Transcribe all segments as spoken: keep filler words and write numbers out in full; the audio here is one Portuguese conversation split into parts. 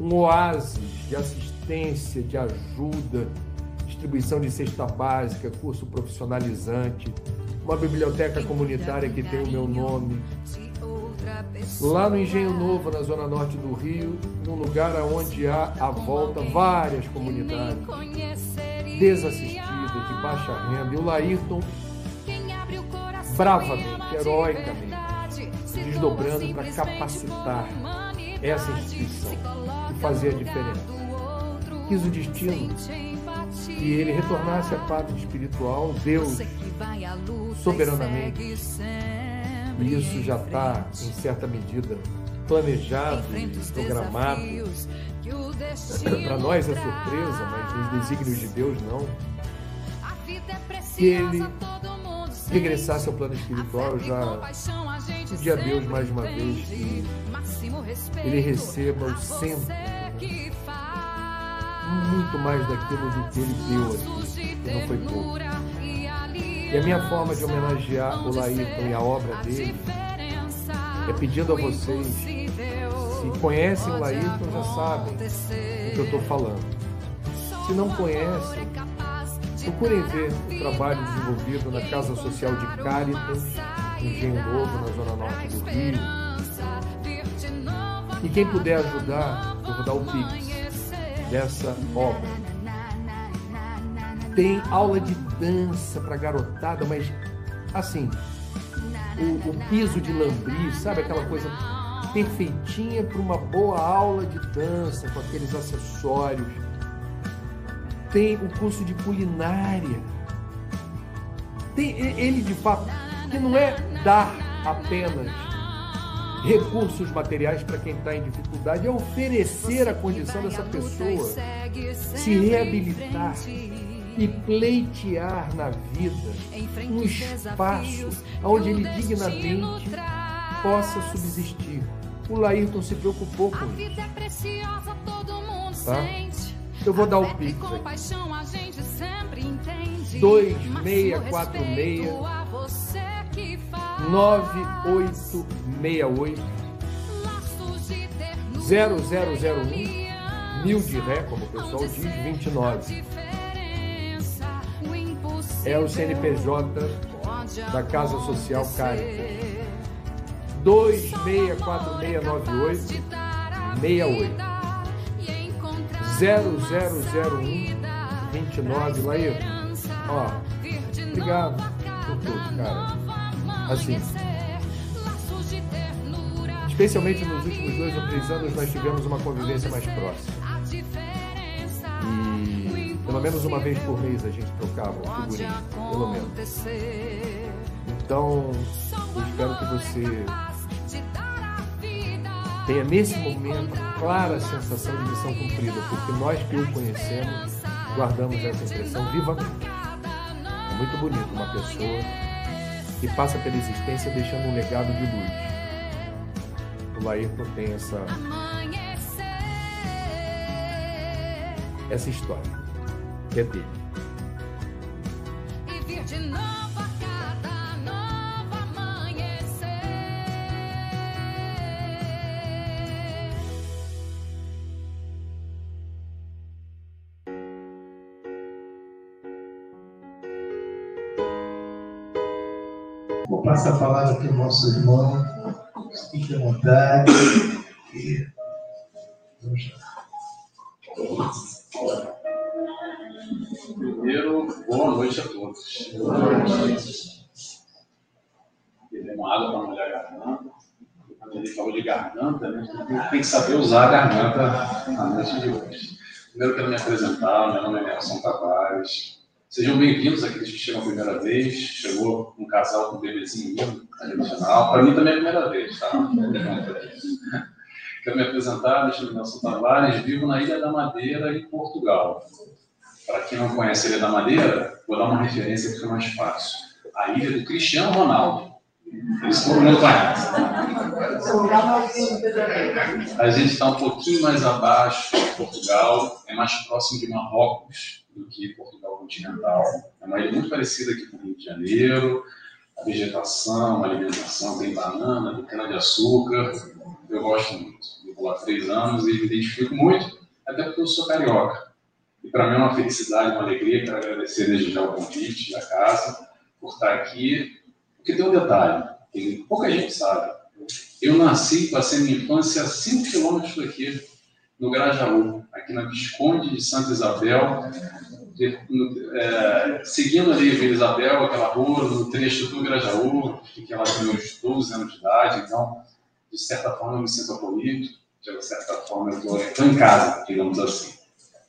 um oásis de assistência, de ajuda, distribuição de cesta básica, curso profissionalizante, uma biblioteca comunitária que tem o meu nome. Lá no Engenho Novo, na zona norte do Rio, num lugar onde há à volta várias comunidades desassistidas, de baixa renda, e o Laírton, bravamente, heroicamente, se desdobrando para capacitar essa instituição e fazer a diferença. Quis o destino que ele retornasse à pátria espiritual, Deus, soberanamente. E isso já está, em certa medida, planejado e programado. Para nós é surpresa, mas nos desígnios de Deus não. Que ele regressasse ao plano espiritual. Já pedi a Deus mais uma vez que ele receba o centro, muito mais daquilo do que ele deu aqui, que não foi pouco. E a minha forma de homenagear o Laírton e a obra dele é pedindo a vocês, se conhecem o Laírton, já sabem o que eu estou falando. Se não conhecem, procurem ver o trabalho desenvolvido na Casa Social de Caritas, em Engenho Novo, na zona norte do Rio. E quem puder ajudar, eu vou dar o Pix dessa obra. Tem aula de dança para garotada, mas assim, o, o piso de lambris, sabe, aquela coisa perfeitinha para uma boa aula de dança, com aqueles acessórios. Tem o curso de culinária. Tem ele, de fato, que não é dar apenas recursos materiais para quem está em dificuldade, é oferecer a condição dessa pessoa se reabilitar e pleitear na vida um espaço onde ele dignamente possa subsistir. O Laírton se preocupou com isso. Tá? Eu vou dar o Pix aqui. dois seis quatro seis nove oito seis oito zero zero zero um mil de ré, como o pessoal diz, vinte e nove. É o C N P J da Casa Social Caritas. dois seis quatro seis nove oito seis oito zero zero zero um vinte e nove. Laírton, ó, obrigado por tudo, cara. Assim, especialmente nos últimos dois ou três anos, nós tivemos uma convivência mais próxima. E pelo menos uma vez por mês a gente trocava um figurinho, pelo menos. Então, eu espero que você tenha nesse momento a clara sensação de missão cumprida, porque nós que o conhecemos guardamos essa impressão vivamente. É muito bonito uma pessoa que passa pela existência deixando um legado de luz. O Laírton tem essa essa história, que é dele. Vou passar a palavra para o nosso irmão. Fique à vontade. Vamos lá. Primeiro, boa noite a todos. Boa noite. Beber uma água para molhar a garganta. Quando ele falou de garganta, né, tem que saber usar a garganta na noite de hoje. Primeiro, quero me apresentar. Meu nome é Nelson Tavares. Sejam bem-vindos àqueles que chegam a primeira vez. Chegou um casal com um bebezinho lindo, tradicional. Para mim também é a primeira vez, tá? Quero me apresentar, me chamo Nelson Tavares, vivo na Ilha da Madeira, em Portugal. Para quem não conhece a Ilha da Madeira, vou dar uma referência que fica mais fácil. A ilha do Cristiano Ronaldo. Isso todo mundo conhece. A gente está um pouquinho mais abaixo de Portugal, é mais próximo de Marrocos do que Portugal continental. É uma ilha muito parecida aqui com o Rio de Janeiro. A vegetação, a alimentação, tem banana, tem cana-de-açúcar. Eu gosto muito. vou lá há três anos e me identifico muito, até porque eu sou carioca. E para mim é uma felicidade, uma alegria. Quero agradecer desde já o convite da casa por estar aqui. Porque tem um detalhe, que pouca gente sabe. Eu nasci e passei minha infância a cinco quilômetros daqui, no Grajaú, aqui na Visconde de Santa Isabel, de, no, é, seguindo ali a Vila Isabel, aquela rua, no trecho do Grajaú, fiquei lá com meus doze anos de idade, então, de certa forma, eu me sinto acolhido, de certa forma, eu estou em casa, digamos assim.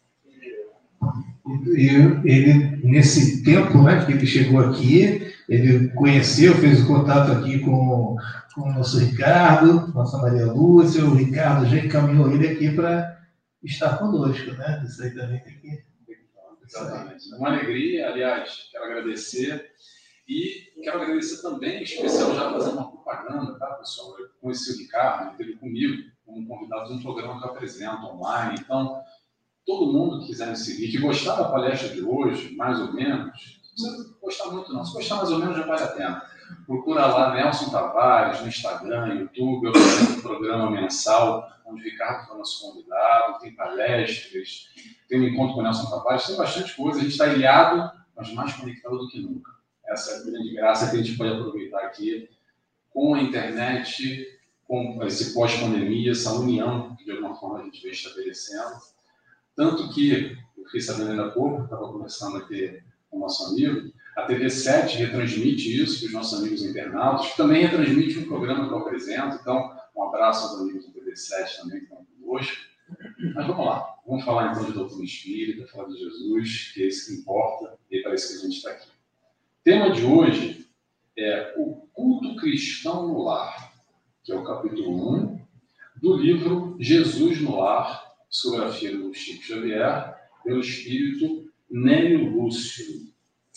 E ele, nesse tempo, né, que ele chegou aqui, ele conheceu, fez o contato aqui com, com o nosso Ricardo, nossa Maria Lúcia. O Ricardo já encaminhou ele aqui para estar conosco, né? Isso aí também tem que... Exatamente. É uma alegria, aliás, quero agradecer. E quero agradecer também, em especial, já fazendo uma propaganda, tá, pessoal? Eu conheci o Ricardo, ele esteve comigo como convidado de um programa que eu apresento online. Então, todo mundo que quiser me seguir, que gostar da palestra de hoje, mais ou menos, não precisa gostar muito não, se gostar mais ou menos já vale a pena. Procura lá Nelson Tavares no Instagram, YouTube, eu apresento um programa mensal, onde o Ricardo foi nosso convidado, tem palestras, tem um encontro com o Nelson Tavares, tem bastante coisa, a gente está ilhado, mas mais conectado do que nunca. Essa é a grande graça que a gente pode aproveitar aqui com a internet, com esse pós-pandemia, essa união que de alguma forma a gente vem estabelecendo. Tanto que, eu fiquei sabendo ainda há pouco, estava conversando aqui com o nosso amigo, a T V sete retransmite isso para os nossos amigos internautas, que também retransmite um programa que eu apresento. Então, um abraço aos amigos da T V sete também que estão conosco. Mas vamos lá, vamos falar então de doutrina espírita, falar de Jesus, que é isso que importa, e é para isso que a gente está aqui. O tema de hoje é o culto cristão no lar, que é o capítulo um do livro Jesus no Lar, psicografia do Chico Xavier, pelo espírito Nélio Lúcio.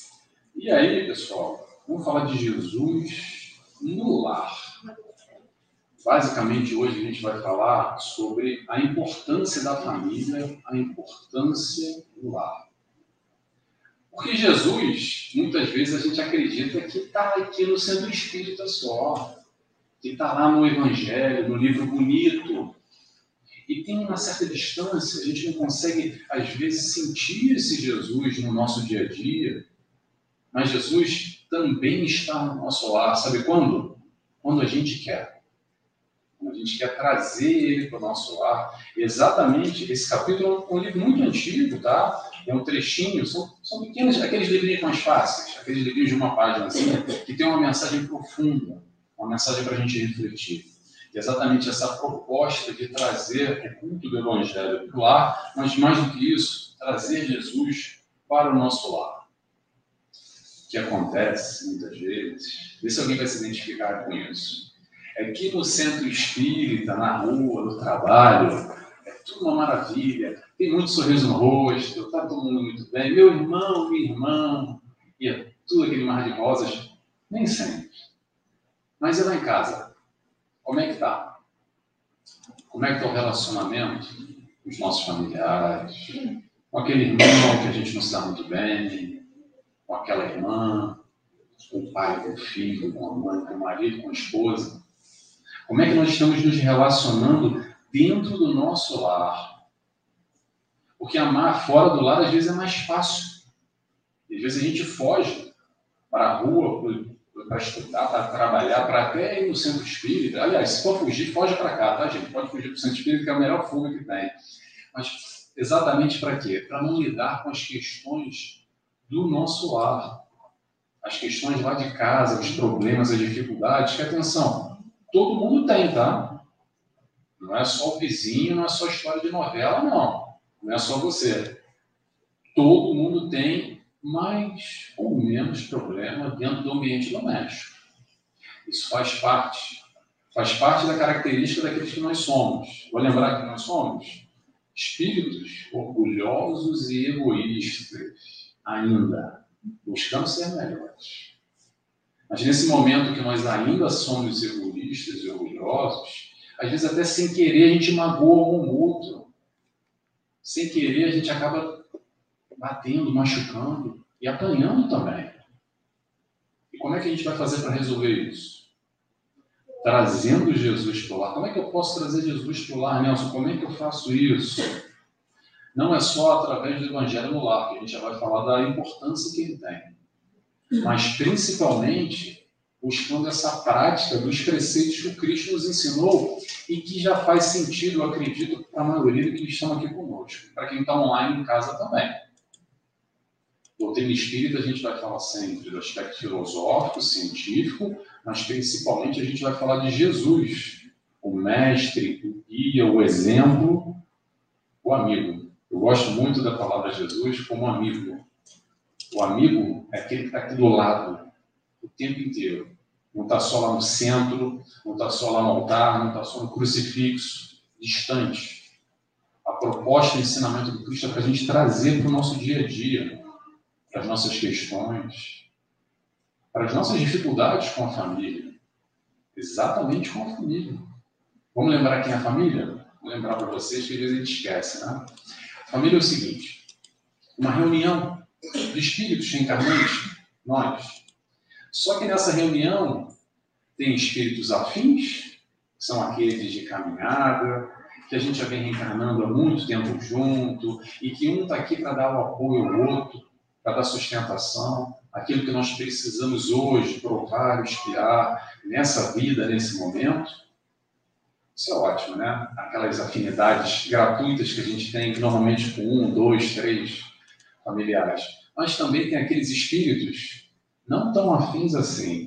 E aí, pessoal, vamos falar de Jesus no lar. Basicamente, hoje a gente vai falar sobre a importância da família, a importância do lar. Porque Jesus, muitas vezes, a gente acredita que está aqui no centro espírita só, que está lá no Evangelho, no livro bonito. E tem uma certa distância, a gente não consegue, às vezes, sentir esse Jesus no nosso dia a dia, mas Jesus também está no nosso lar. Sabe quando? Quando a gente quer. Quando a gente quer trazer ele para o nosso lar. Exatamente, esse capítulo é um livro muito antigo, tá? É um trechinho, são, são pequenos, aqueles livrinhos mais fáceis, aqueles livrinhos de uma página assim, que tem uma mensagem profunda, uma mensagem para a gente refletir. Exatamente essa proposta de trazer o culto do Evangelho para o lar, mas mais do que isso, trazer Jesus para o nosso lar. O que acontece, muitas vezes, vê se alguém vai se identificar com isso, é que no centro espírita, na rua, no trabalho, é tudo uma maravilha, tem muito sorriso no rosto, está todo mundo muito bem, meu irmão, minha irmã, e é tudo aquele mar de rosas, nem sempre. Mas é lá em casa. Como é que está? Como é que está o relacionamento com os nossos familiares? Com aquele irmão que a gente não se dá muito bem? Com aquela irmã? Com o pai, com o filho, com a mãe, com o marido, com a esposa? Como é que nós estamos nos relacionando dentro do nosso lar? Porque amar fora do lar às vezes é mais fácil. Às vezes a gente foge para a rua, para estudar, para trabalhar, para até ir no centro espírita. Aliás, se for fugir, foge para cá, tá, gente? Pode fugir para o centro espírita, que é a melhor fuga que tem. Mas exatamente para quê? Para não lidar com as questões do nosso lar. As questões lá de casa, os problemas, as dificuldades, que, atenção, todo mundo tem, tá? Não é só o vizinho, não é só história de novela, não. Não é só você. Todo mundo tem mais ou menos problema dentro do ambiente doméstico. Isso faz parte. Faz parte da característica daqueles que nós somos. Vou lembrar que nós somos espíritos orgulhosos e egoístas, ainda, buscando ser melhores. Mas nesse momento que nós ainda somos egoístas e orgulhosos, às vezes até sem querer a gente magoa um outro. Sem querer a gente acaba batendo, machucando e apanhando também. E como é que a gente vai fazer para resolver isso? trazendo Jesus para o lar. Como é que eu posso trazer Jesus para o lar, Nelson? Como é que eu faço isso? Não é só através do Evangelho no lar, que a gente já vai falar da importância que ele tem, mas principalmente buscando essa prática dos preceitos que o Cristo nos ensinou e que já faz sentido, eu acredito, para a maioria que estão aqui conosco, para quem está online em casa também. Doutrina espírita, a gente vai falar sempre do aspecto filosófico, científico, mas principalmente a gente vai falar de Jesus, o mestre, o guia, o exemplo, o amigo. Eu gosto muito da palavra Jesus como amigo. O amigo é aquele que está aqui do lado o tempo inteiro. Não está só lá no centro, não está só lá no altar, não está só no crucifixo, distante. A proposta e o ensinamento do Cristo é para a gente trazer para o nosso dia a dia, para as nossas questões, para as nossas dificuldades com a família. Exatamente com a família. Vamos lembrar quem é a família? Vou lembrar para vocês que às vezes a gente esquece, né? A família é o seguinte: uma reunião de espíritos reencarnantes, nós. Só que nessa reunião tem espíritos afins, que são aqueles de caminhada, que a gente já vem reencarnando há muito tempo junto, e que um está aqui para dar o apoio ao outro, para dar sustentação, aquilo que nós precisamos hoje provar, inspirar nessa vida, nesse momento. Isso é ótimo, né? Aquelas afinidades gratuitas que a gente tem, normalmente com um, dois, três familiares. Mas também tem aqueles espíritos não tão afins assim.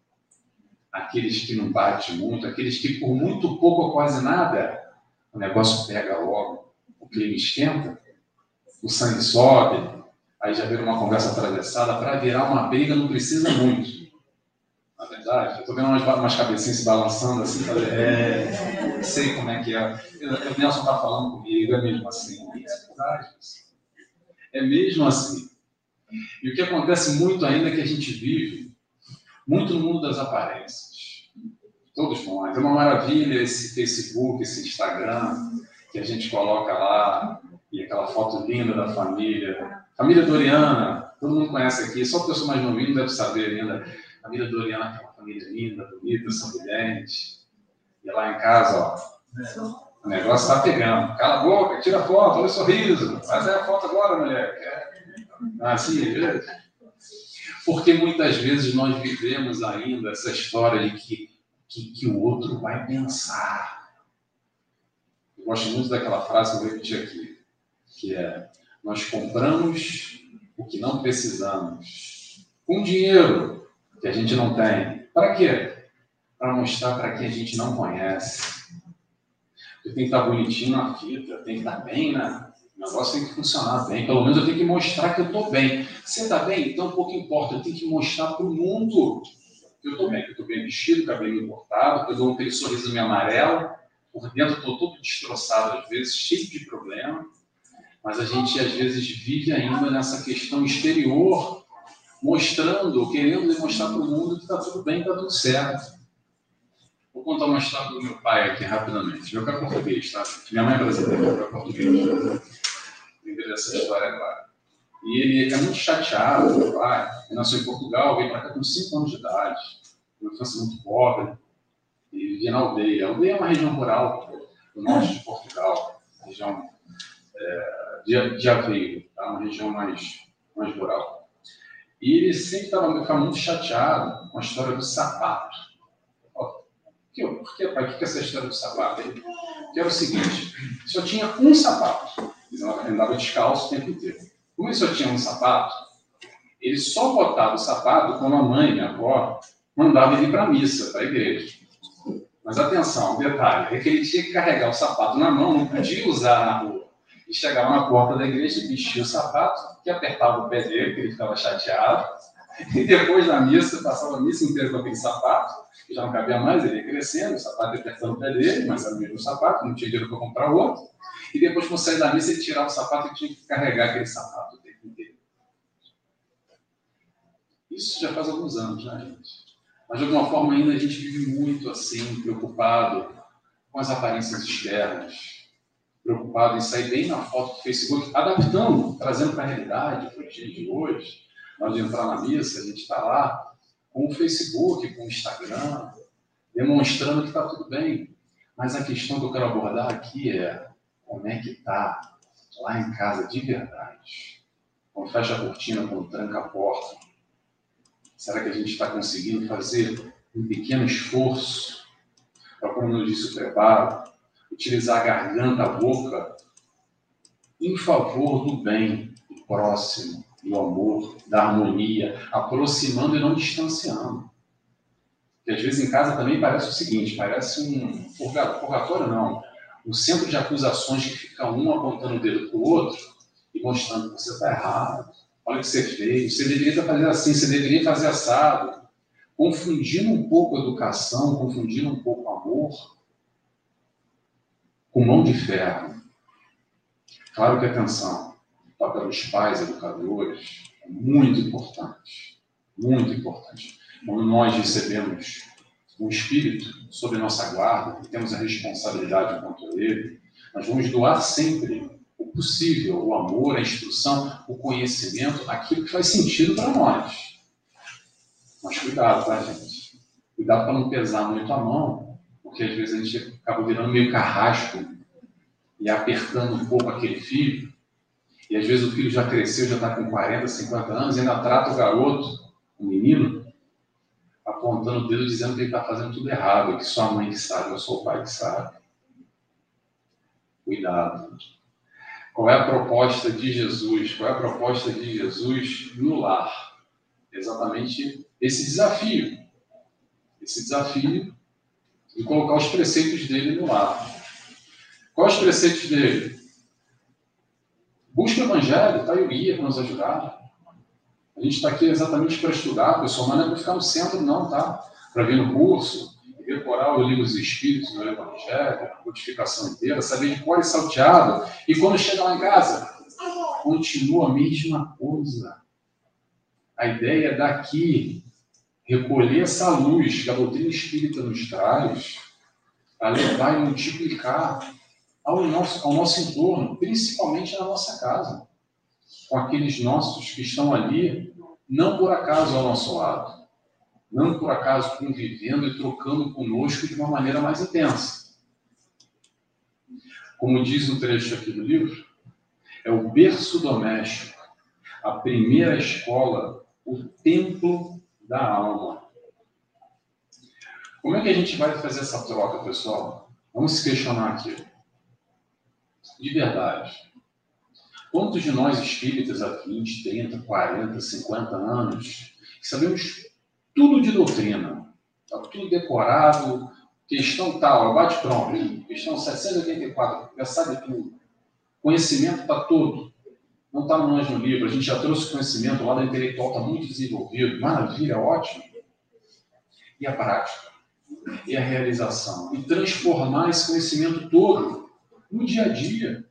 Aqueles que não batem muito, aqueles que por muito pouco ou quase nada, o negócio pega logo, o clima esquenta, o sangue sobe, aí já vira uma conversa atravessada. Para virar uma briga não precisa muito. Na verdade, eu estou vendo umas, umas cabecinhas se balançando assim, é, sei como é que é. O Nelson está falando comigo, é mesmo assim. É verdade. É mesmo assim. E o que acontece muito ainda é que a gente vive muito no mundo das aparências. Todos vão lá. É uma maravilha esse Facebook, esse Instagram, que a gente coloca lá, e aquela foto linda da família. Família Doriana, todo mundo conhece aqui, só porque eu sou mais novinho deve saber ainda. Família Doriana, que é uma família linda, bonita, sorridente. E lá em casa, ó, o negócio está pegando. Cala a boca, tira a foto, olha o sorriso. Faz aí a foto agora, mulher. É. Assim, porque muitas vezes nós vivemos ainda essa história de que, que, que o outro vai pensar. Eu gosto muito daquela frase que eu vou repetir aqui, que é: nós compramos o que não precisamos com dinheiro que a gente não tem. Para quê? Para mostrar para quem a gente não conhece. Eu tenho que estar bonitinho na fita, eu tenho que estar bem, né? O negócio tem que funcionar bem. Pelo menos eu tenho que mostrar que eu estou bem. Você está bem? Então pouco importa. Eu tenho que mostrar para o mundo que eu estou bem. Que eu estou bem vestido, cabelo cortado, que eu dou aquele sorriso meio amarelo. Por dentro eu estou todo destroçado às vezes, cheio de problema. Mas a gente às vezes vive ainda nessa questão exterior, mostrando, querendo demonstrar para o mundo que está tudo bem, está tudo certo. Vou contar uma história do meu pai aqui rapidamente. Meu pai é português, tá? Minha mãe é brasileira, meu pai é português. Lembrei dessa história agora. E ele é muito chateado, meu pai. Ele nasceu em Portugal, veio para cá com cinco anos de idade. Uma infância muito pobre. E vivia na aldeia. A aldeia é uma região rural do norte de Portugal. Região é, de, de Aveiro, tá? Uma região mais, mais rural. E ele sempre estava muito chateado com a história do sapato. Por que, pai? O que é essa história do sapato aí? Que era o seguinte: só tinha um sapato. Ele andava descalço o tempo inteiro. Como ele só tinha um sapato, ele só botava o sapato quando a mãe, minha avó, mandava ele ir para a missa, para a igreja. Mas atenção, um detalhe, é que ele tinha que carregar o sapato na mão, não podia usar na rua. E chegava na porta da igreja, vestia o sapato, que apertava o pé dele, que ele ficava chateado. E depois da missa, passava a missa inteira com aquele sapato, que já não cabia mais, ele ia crescendo, o sapato ia apertando o pé dele, mas era o mesmo sapato, não tinha dinheiro para comprar outro. E depois, quando saía da missa, ele tirava o sapato e tinha que carregar aquele sapato o tempo inteiro. Isso já faz alguns anos, né, gente? Mas, de alguma forma, ainda a gente vive muito assim, preocupado com as aparências externas, preocupado em sair bem na foto do Facebook, adaptando, trazendo para a realidade, para o dia de hoje. Na hora de entrar na missa, a gente está lá com o Facebook, com o Instagram, demonstrando que está tudo bem. Mas a questão que eu quero abordar aqui é como é que está lá em casa de verdade. Quando fecha a cortina, quando tranca a porta. Será que a gente está conseguindo fazer um pequeno esforço para, como eu disse, o preparo, utilizar a garganta, a boca, em favor do bem, do próximo, do amor, da harmonia, aproximando e não distanciando. Porque às vezes em casa também parece o seguinte, parece um purgatório, não, um centro de acusações que fica um apontando o dedo para o outro e mostrando que você está errado, olha o que você fez, você deveria fazer assim, você deveria fazer assado, confundindo um pouco a educação, confundindo um pouco o amor com mão de ferro. Claro que, atenção, o papel dos pais, educadores, é muito importante, muito importante. Quando nós recebemos um espírito sob nossa guarda, e temos a responsabilidade enquanto ele, nós vamos doar sempre o possível, o amor, a instrução, o conhecimento, aquilo que faz sentido para nós. Mas cuidado, tá, gente? Cuidado para não pesar muito a mão, porque às vezes a gente acaba virando meio carrasco e apertando um pouco aquele filho, e às vezes o filho já cresceu, já está com quarenta, cinquenta anos, e ainda trata o garoto, o menino, apontando o dedo, dizendo que ele está fazendo tudo errado, que só a mãe que sabe, ou só o pai que sabe. Cuidado. Qual é a proposta de Jesus? Qual é a proposta de Jesus no lar? Exatamente esse desafio. Esse desafio de colocar os preceitos dele no lar. Quais os preceitos dele? Busca o Evangelho, está aí o guia para nos ajudar. A gente está aqui exatamente para estudar, pessoal, mas não é para ficar no centro, não, tá? Para vir no curso, decorar o livro dos Espíritos, no Evangelho, a codificação inteira, saber de cor e salteado. E quando chega lá em casa, continua a mesma coisa. A ideia é daqui recolher essa luz que a doutrina espírita nos traz, para levar e multiplicar ao nosso, ao nosso entorno, principalmente na nossa casa, com aqueles nossos que estão ali, não por acaso ao nosso lado, não por acaso convivendo e trocando conosco de uma maneira mais intensa. Como diz um trecho aqui do livro, é o berço doméstico, a primeira escola, o templo da alma. Como é que a gente vai fazer essa troca, pessoal? Vamos se questionar aqui. De verdade. Quantos de nós espíritas há vinte, trinta, quarenta, cinquenta anos que sabemos tudo de doutrina, está tudo decorado, questão tal, bate pronto, questão setecentos e oitenta e quatro, já sabe tudo. Conhecimento está todo. Não está no anjo no livro, a gente já trouxe o conhecimento, o lado intelectual está muito desenvolvido, maravilha, ótimo. E a prática? E a realização? E transformar esse conhecimento todo no dia a dia.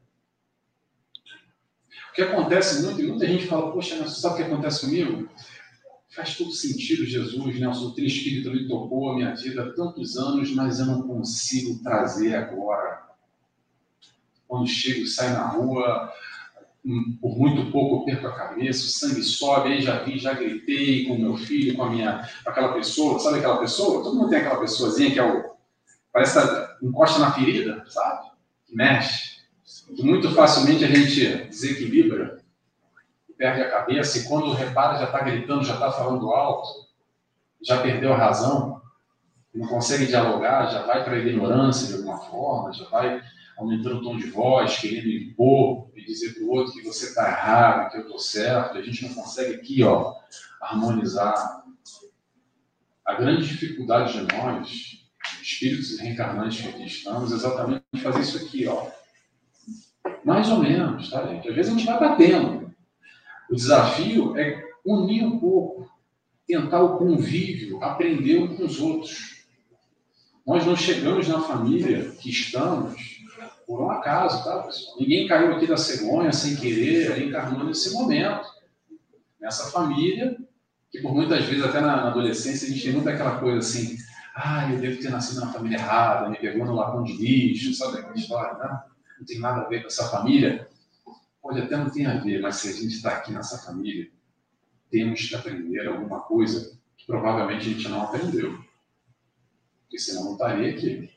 O que acontece muito, e muita gente fala, poxa, mas você sabe o que acontece comigo? Faz todo sentido, Jesus, né? O doutrina espírita me tocou a minha vida há tantos anos, mas eu não consigo trazer agora. Quando chego e saio na rua, por muito pouco eu perco a cabeça, o sangue sobe, aí já vi, já gritei com meu filho, com a minha, com aquela pessoa, sabe aquela pessoa? Todo mundo tem aquela pessoazinha que é o, parece que encosta na ferida, sabe? Que mexe. Que muito facilmente a gente desequilibra, perde a cabeça, e quando repara já está gritando, já está falando alto, já perdeu a razão, não consegue dialogar, já vai para a ignorância de alguma forma, já vai aumentando o tom de voz, querendo impor e dizer para o outro que você está errado, que eu estou certo. A gente não consegue aqui, ó, harmonizar. A grande dificuldade de nós, espíritos reencarnantes que aqui estamos, é exatamente fazer isso aqui, ó. Mais ou menos, tá, gente? Às vezes a gente vai batendo. O desafio é unir um pouco, tentar o convívio, aprender uns com os outros. Nós não chegamos na família que estamos por um acaso, tá, pessoal? Ninguém caiu aqui da cegonha sem querer, reencarnou nesse momento. Nessa família, que por muitas vezes, até na adolescência, a gente tem muito aquela coisa assim, ah, eu devo ter nascido na família errada, me pegou no lapão de lixo, sabe aquela história, né? Não tem nada a ver com essa família. Pode até não ter a ver, mas se a gente está aqui nessa família, temos que aprender alguma coisa que provavelmente a gente não aprendeu. porque senão não estaria aqui.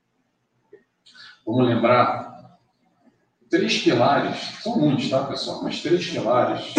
Vamos lembrar três pilares, são muitos, tá, pessoal? Mas três pilares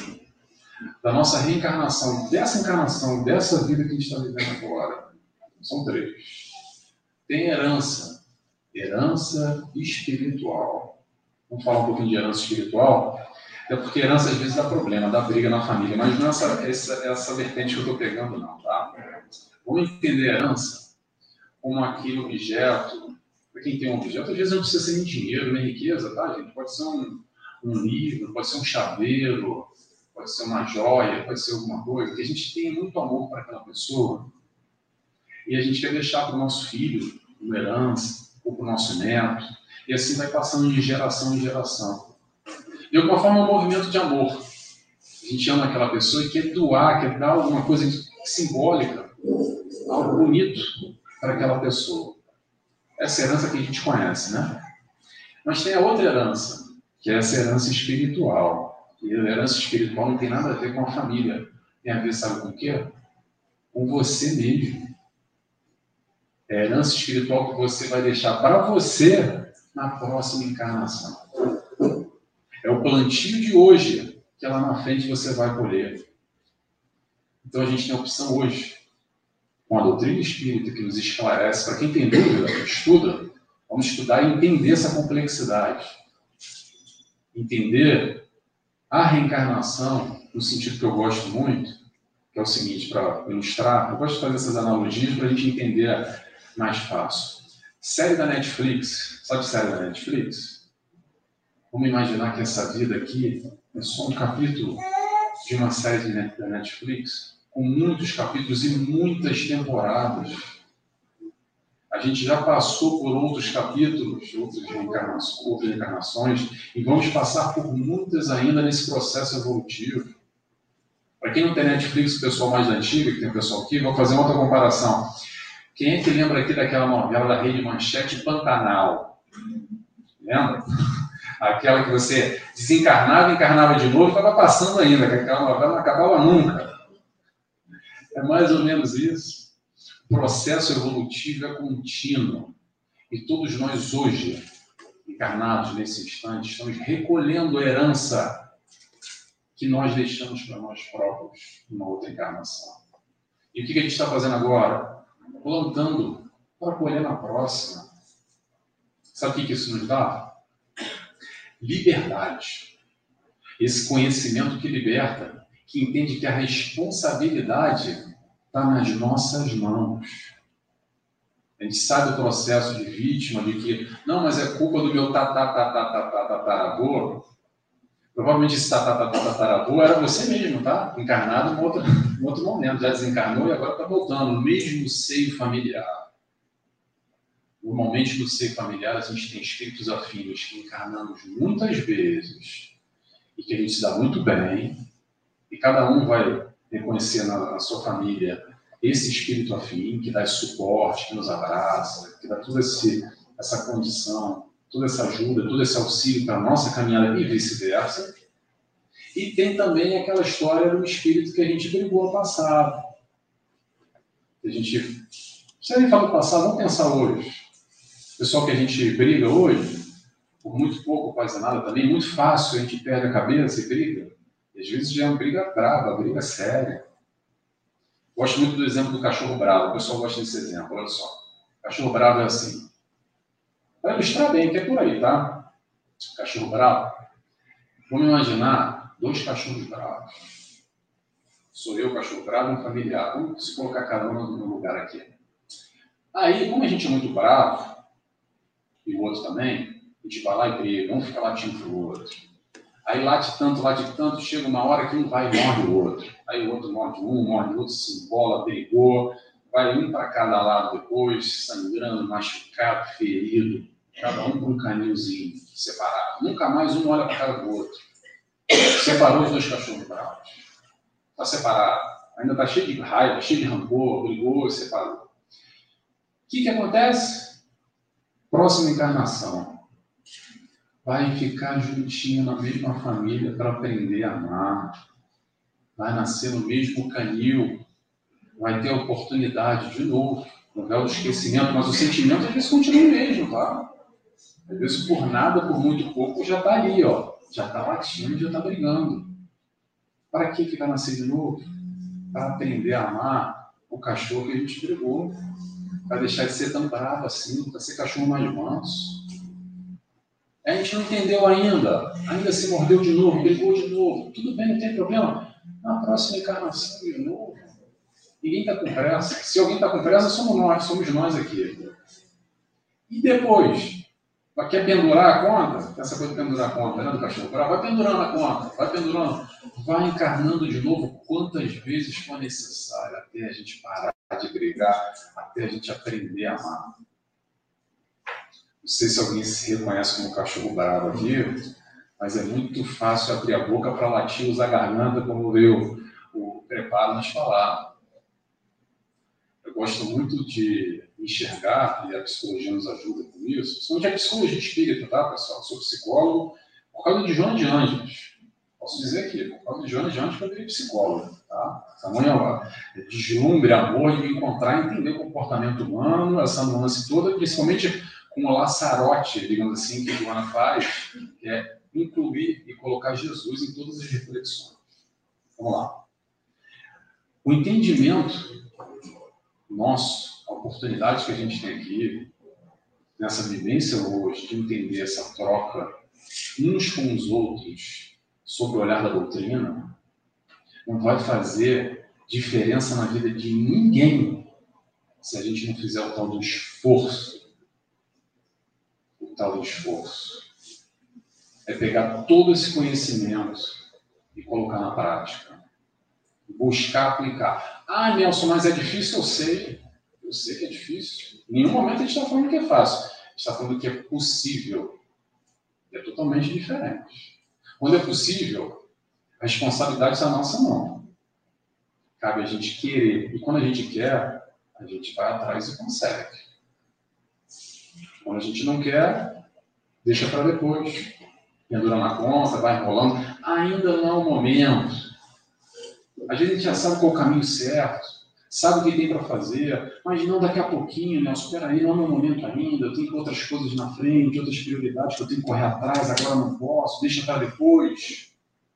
da nossa reencarnação, dessa encarnação, dessa vida que a gente está vivendo agora. São três. Tem herança, herança espiritual. Vamos falar um pouquinho de herança espiritual, é porque herança às vezes dá problema, dá briga na família, mas não é essa, essa, essa vertente que eu estou pegando, não, tá? Vamos entender a herança como aquele objeto. Para quem tem um objeto, às vezes não precisa ser nem dinheiro, nem riqueza, tá, gente? Pode ser um, um livro, pode ser um chaveiro, pode ser uma joia, pode ser alguma coisa, que a gente tem muito amor para aquela pessoa e a gente quer deixar para o nosso filho uma herança, ou para o nosso neto, e assim vai passando de geração em geração. De alguma forma, é um movimento de amor. A gente ama aquela pessoa e quer doar, quer dar alguma coisa simbólica, algo bonito para aquela pessoa. Essa herança que a gente conhece, né? Mas tem a outra herança, que é essa herança espiritual. E a herança espiritual não tem nada a ver com a família. Tem a ver, sabe com o quê? Com você mesmo. É a herança espiritual que você vai deixar para você na próxima encarnação. É o plantio de hoje, que lá na frente você vai colher. Então a gente tem a opção hoje, com a doutrina espírita que nos esclarece. Para quem tem dúvida, estuda. Vamos estudar e entender essa complexidade. Entender a reencarnação, no sentido que eu gosto muito, que é o seguinte, para ilustrar, eu gosto de fazer essas analogias para a gente entender mais fácil. Série da Netflix, sabe série da Netflix? Vamos imaginar que essa vida aqui é só um capítulo de uma série da Netflix, com muitos capítulos e muitas temporadas. A gente já passou por outros capítulos, outras reencarnações, outras encarnações, e vamos passar por muitas ainda nesse processo evolutivo. Para quem não tem Netflix, o pessoal mais antigo, que tem o pessoal aqui, vou fazer uma outra comparação. Quem é que lembra aqui daquela novela da Rede Manchete, Pantanal? Lembra? Aquela que você desencarnava, encarnava de novo, estava passando ainda, que aquela novela não acabava nunca. É mais ou menos isso. O processo evolutivo é contínuo. E todos nós hoje, encarnados nesse instante, estamos recolhendo a herança que nós deixamos para nós próprios numa outra encarnação. E o que a gente está fazendo agora? Plantando para colher na próxima. Sabe o que isso nos dá? Liberdade. Esse conhecimento que liberta, que entende que a responsabilidade está nas nossas mãos. A gente sai do processo de vítima, de que, não, mas é culpa do meu tataravô. Provavelmente esse tataravô era você mesmo, tá? Encarnado em outro, em outro momento. Já desencarnou e agora está voltando no mesmo seio familiar. Normalmente no seio familiar a gente tem espíritos afins que encarnamos muitas vezes e que a gente se dá muito bem, e cada um vai reconhecer na, na sua família esse espírito afim que dá esse suporte, que nos abraça, que dá toda esse, essa condição, toda essa ajuda, todo esse auxílio para a nossa caminhada e vice-versa. E tem também aquela história do espírito que a gente brigou no passado. A gente, se a gente fala do passado, vamos pensar hoje. O pessoal que a gente briga hoje, por muito pouco, quase nada também, muito fácil a gente perde a cabeça e briga. E às vezes já é uma briga brava, briga séria. Gosto muito do exemplo do cachorro bravo. O pessoal gosta desse exemplo, olha só. O cachorro bravo é assim. Para ilustrar bem, que é por aí, tá? Cachorro bravo. Vamos imaginar dois cachorros bravos. Sou eu, cachorro bravo, e um familiar. Vamos se colocar cada um no lugar aqui. Aí, como a gente é muito bravo, e o outro também, a gente vai lá e briga, vamos ficar latindo pro outro. Aí late tanto, late tanto, chega uma hora que um vai e morde o outro. Aí o outro morde um, morde o outro, se embola, brigou, vai um para cada lado depois, sangrando, machucado, ferido, cada um com um canilzinho separado. Nunca mais um olha para a cara do outro. Separou os dois cachorros bravos. Está separado. Ainda está cheio de raiva, cheio de rancor, brigou, separou. O que que acontece? Próxima encarnação. Vai ficar juntinho na mesma família para aprender a amar. Vai nascer no mesmo canil. Vai ter a oportunidade de novo um véu do esquecimento, mas o sentimento às vezes continua o mesmo, tá? Às vezes por nada, por muito pouco, já está ali, ó. Já está latindo, já está brigando. Para que que vai nascer de novo? Para aprender a amar o cachorro que a gente brigou. Para deixar de ser tão bravo assim, para ser cachorro mais manso. A gente não entendeu ainda. Ainda se mordeu de novo, brigou de novo. Tudo bem, não tem problema. Na próxima encarnação de novo. Ninguém está com pressa. Se alguém está com pressa, somos nós, somos nós aqui. E depois? Quer pendurar a conta? Essa coisa de pendurar a conta, né, do cachorro? Vai pendurando a conta, vai pendurando. Vai encarnando de novo quantas vezes for necessário até a gente parar de brigar, até a gente aprender a amar. Não sei se alguém se reconhece como cachorro bravo aqui, mas é muito fácil abrir a boca para latir, usar a garganta, como eu o preparo nas palavras. Eu gosto muito de enxergar, e a psicologia nos ajuda com isso, principalmente a psicologia espírita, tá, pessoal? Eu sou psicólogo por causa de Joana de Ângeles. Posso dizer aqui, por causa de Joana de Ângeles que eu virei psicólogo, tá? Tamanho deslumbre, amor de me encontrar e entender o comportamento humano, essa nuance toda, principalmente com o laçarote, digamos assim, que a Joana faz, que é incluir e colocar Jesus em todas as reflexões. Vamos lá. O entendimento nosso, a oportunidade que a gente tem aqui, nessa vivência hoje, de entender essa troca uns com os outros sobre o olhar da doutrina, não vai fazer diferença na vida de ninguém se a gente não fizer o tal do esforço. O tal do esforço. É pegar todo esse conhecimento e colocar na prática. Buscar aplicar. Ah, Nelson, mas é difícil, eu sei. Eu sei que é difícil. Em nenhum momento a gente está falando que é fácil. A gente está falando que é possível. É totalmente diferente. Quando é possível, a responsabilidade está na nossa mão. Cabe a gente querer. E quando a gente quer, a gente vai atrás e consegue. Quando a gente não quer, deixa para depois. Pendura na conta, vai enrolando. Ainda não é o momento. A gente já sabe qual é o caminho certo, sabe o que tem para fazer, mas não daqui a pouquinho, né? Espera aí, não é o meu momento ainda, eu tenho outras coisas na frente, outras prioridades que eu tenho que correr atrás, agora não posso, deixa para depois.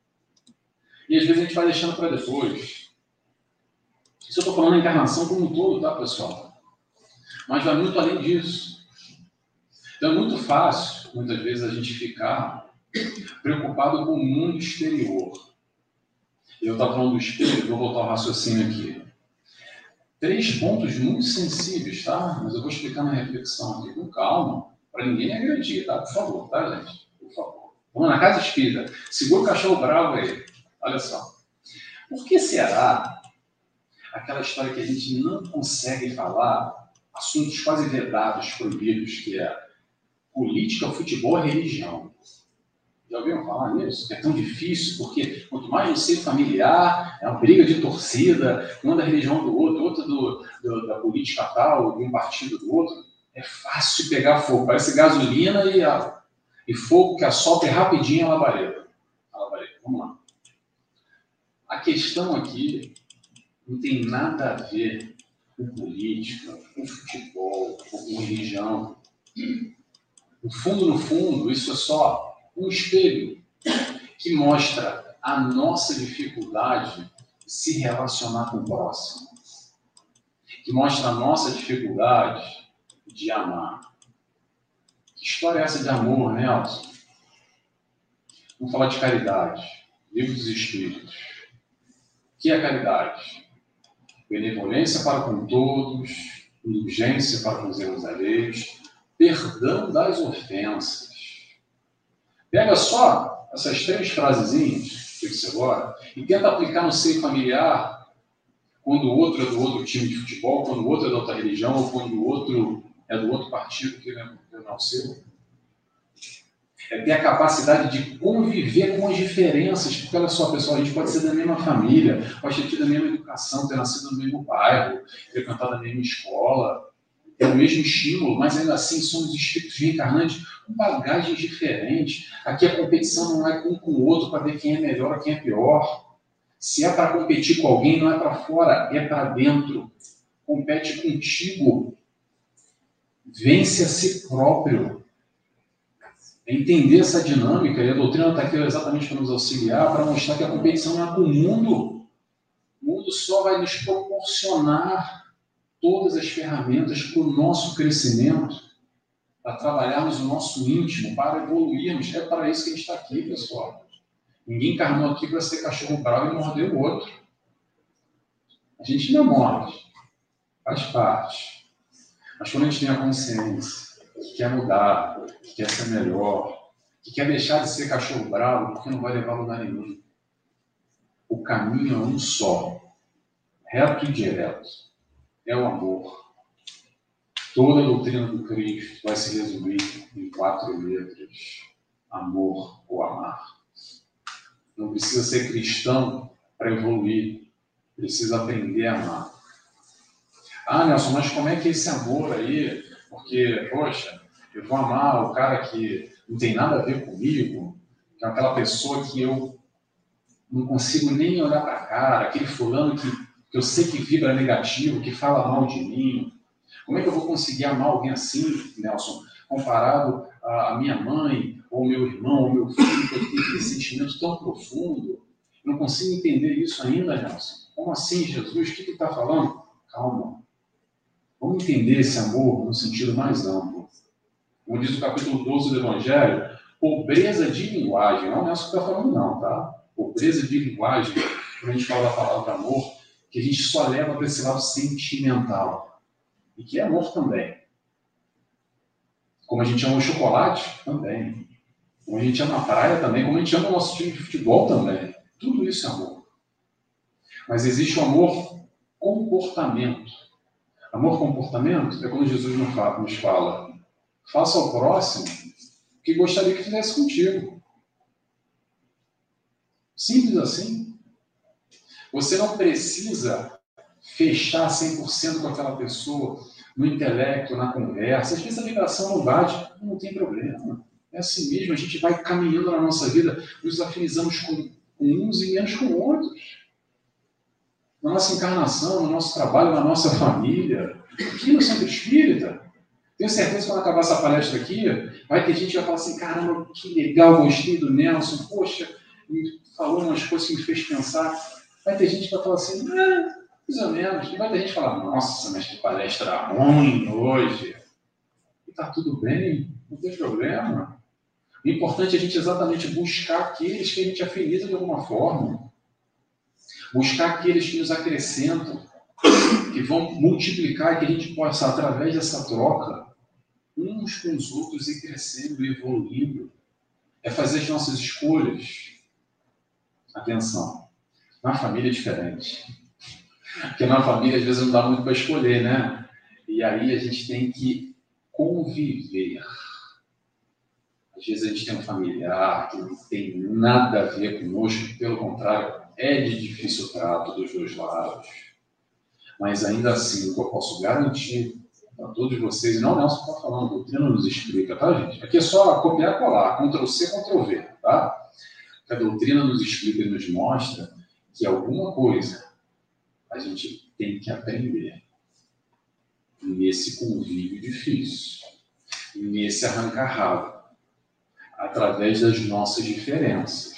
E às vezes a gente vai deixando para depois. Isso eu estou falando da encarnação como um todo, tá, pessoal? Mas vai muito além disso. Então é muito fácil, muitas vezes, a gente ficar preocupado com o mundo exterior. Eu estava falando do espelho, vou voltar ao raciocínio aqui. Três pontos muito sensíveis, tá? Mas eu vou explicar na reflexão aqui com calma, para ninguém agredir, tá? Por favor, tá, gente? Por favor. Vamos na casa espírita. Segura o cachorro bravo aí. Olha só. Por que será aquela história que a gente não consegue falar, assuntos quase vedados, proibidos, que é política, futebol e religião? Já ouviram falar nisso? É tão difícil, porque quanto mais no seio familiar, é uma briga de torcida, um da religião do outro, outro do, do, da política tal, de um partido do outro, é fácil pegar fogo. Parece gasolina e, a, e fogo que assopra rapidinho a labareda. A labareda. Vamos lá. A questão aqui não tem nada a ver com política, com futebol, com religião. No fundo, no fundo, isso é só um espelho que mostra a nossa dificuldade de se relacionar com o próximo, que mostra a nossa dificuldade de amar. Que história é essa de amor, Nelson? Vamos falar de caridade. Livro dos Espíritos. O que é caridade? Benevolência para com todos, indulgência para com os erros alheios, perdão das ofensas. Pega só essas três frasezinhas que você agora e tenta aplicar no seio familiar quando o outro é do outro time de futebol, quando o outro é da outra religião ou quando o outro é do outro partido que não é o seu. É ter a capacidade de conviver com as diferenças, porque olha só, pessoal, a gente pode ser da mesma família, pode ter tido a mesma educação, ter nascido no mesmo bairro, frequentado a mesma escola, é o mesmo estímulo, mas ainda assim somos espíritos reencarnantes com bagagens diferentes. Aqui a competição não é um com o outro para ver quem é melhor ou quem é pior. Se é para competir com alguém, não é para fora, é para dentro. compete contigo. Vence a si próprio. É entender essa dinâmica, e a doutrina está aqui exatamente para nos auxiliar, para mostrar que a competição não é com o mundo. O mundo só vai nos proporcionar todas as ferramentas para o nosso crescimento, para trabalharmos o nosso íntimo, para evoluirmos. É para isso que a gente está aqui, pessoal. Ninguém encarnou aqui para ser cachorro bravo e morder o outro. A gente não morde. Faz parte. Mas quando a gente tem a consciência que quer mudar, que quer ser melhor, que quer deixar de ser cachorro bravo, porque não vai levar a lugar nenhum. O caminho é um só. Reto e direto. É o amor. Toda a doutrina do Cristo vai se resumir em quatro letras. Amor ou amar. Não precisa ser cristão para evoluir. Precisa aprender a amar. Ah, Nelson, mas como é que é esse amor aí? Porque, poxa, eu vou amar o cara que não tem nada a ver comigo, que é aquela pessoa que eu não consigo nem olhar para a cara, aquele fulano que, que eu sei que vibra negativo, que fala mal de mim. Como é que eu vou conseguir amar alguém assim, Nelson, comparado à minha mãe, ou meu irmão, ou meu filho, que tem aquele sentimento tão profundo? Eu não consigo entender isso ainda, Nelson. Como assim, Jesus? O que ele está falando? Calma. Vamos entender esse amor no sentido mais amplo. Como diz o capítulo doze do Evangelho, pobreza de linguagem. Não é isso que está falando, não, tá? Pobreza de linguagem, quando a gente fala da palavra amor, que a gente só leva para esse lado sentimental. E que é amor também. Como a gente ama o chocolate, também. Como a gente ama a praia, também. Como a gente ama o nosso time de futebol, também. Tudo isso é amor. Mas existe o amor comportamento. Amor comportamento é quando Jesus nos fala: faça ao próximo o que gostaria que fizesse contigo. Simples assim. Você não precisa fechar cem por cento com aquela pessoa no intelecto, na conversa. Às vezes a vibração não bate, não tem problema. É assim mesmo, a gente vai caminhando na nossa vida, nos afinizamos com, com uns e menos com outros. Na nossa encarnação, no nosso trabalho, na nossa família, aqui no Centro Espírita. Tenho certeza que quando acabar essa palestra aqui, vai ter gente que vai falar assim: caramba, que legal, gostei do Nelson, poxa, me falou umas coisas que me fez pensar. Vai ter gente que vai falar assim: ah, mais ou menos. E vai ter gente que vai falar: nossa, mas que palestra ruim hoje. E tá tudo bem, não tem problema. O importante é a gente exatamente buscar aqueles que a gente afiniza de alguma forma. Buscar aqueles que nos acrescentam, que vão multiplicar, que a gente possa, através dessa troca, uns com os outros ir crescendo e evoluindo. É fazer as nossas escolhas. Atenção, na família é diferente. Porque na família, às vezes, não dá muito para escolher, né? E aí a gente tem que conviver. Às vezes a gente tem um familiar que não tem nada a ver conosco, pelo contrário, é de difícil trato dos dois lados. Mas ainda assim, o que eu posso garantir para todos vocês, e não é o Nelson que está falando, a doutrina nos explica, tá, gente? Aqui é só copiar e colar, control C, control V, tá? A doutrina nos explica e nos mostra que alguma coisa a gente tem que aprender nesse convívio difícil, nesse arrancar rabo, através das nossas diferenças.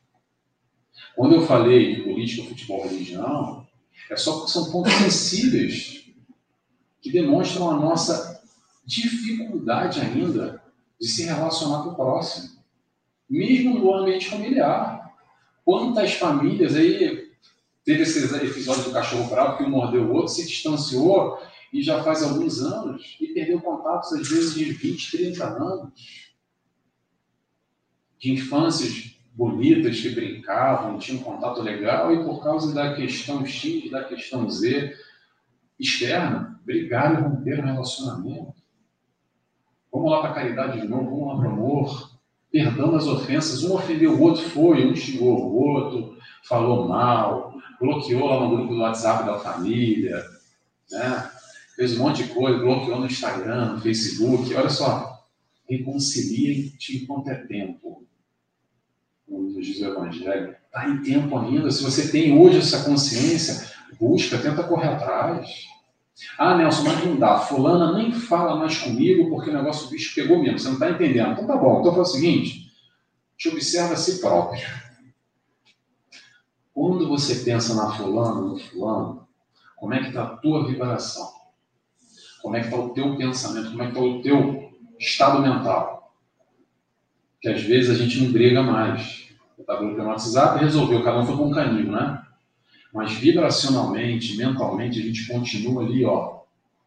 Quando eu falei de política, futebol, religião, é só porque são pontos sensíveis que demonstram a nossa dificuldade ainda de se relacionar com o próximo, mesmo no ambiente familiar. Quantas famílias aí teve esse episódio do cachorro bravo que um mordeu o outro, se distanciou e já faz alguns anos e perdeu contatos às vezes de vinte, trinta anos, de infâncias bonitas que brincavam, tinham um contato legal e por causa da questão X, da questão Z externa, brigaram e romperam o relacionamento. Vamos lá para a caridade de novo, vamos lá para o amor, perdão as ofensas, um ofendeu o outro, foi, um xingou o outro, falou mal, bloqueou lá no grupo do WhatsApp da família, né? Fez um monte de coisa, bloqueou no Instagram, no Facebook. Olha só, reconciliem-te enquanto é tempo. Como diz o Evangelho, está em tempo ainda. Se você tem hoje essa consciência, busca, tenta correr atrás. Ah, Nelson, mas não dá. Fulana nem fala mais comigo porque o negócio do bicho pegou mesmo. Você não está entendendo. Então tá bom. Então faz o seguinte. Te observa a si próprio. Quando você pensa na fulana, no fulano, como é que está a tua vibração? Como é que está o teu pensamento? Como é que está o teu estado mental? Que às vezes a gente não briga mais. Eu estava no WhatsApp e resolveu. Cada um foi com um canil, né? Mas vibracionalmente, mentalmente, a gente continua ali, ó,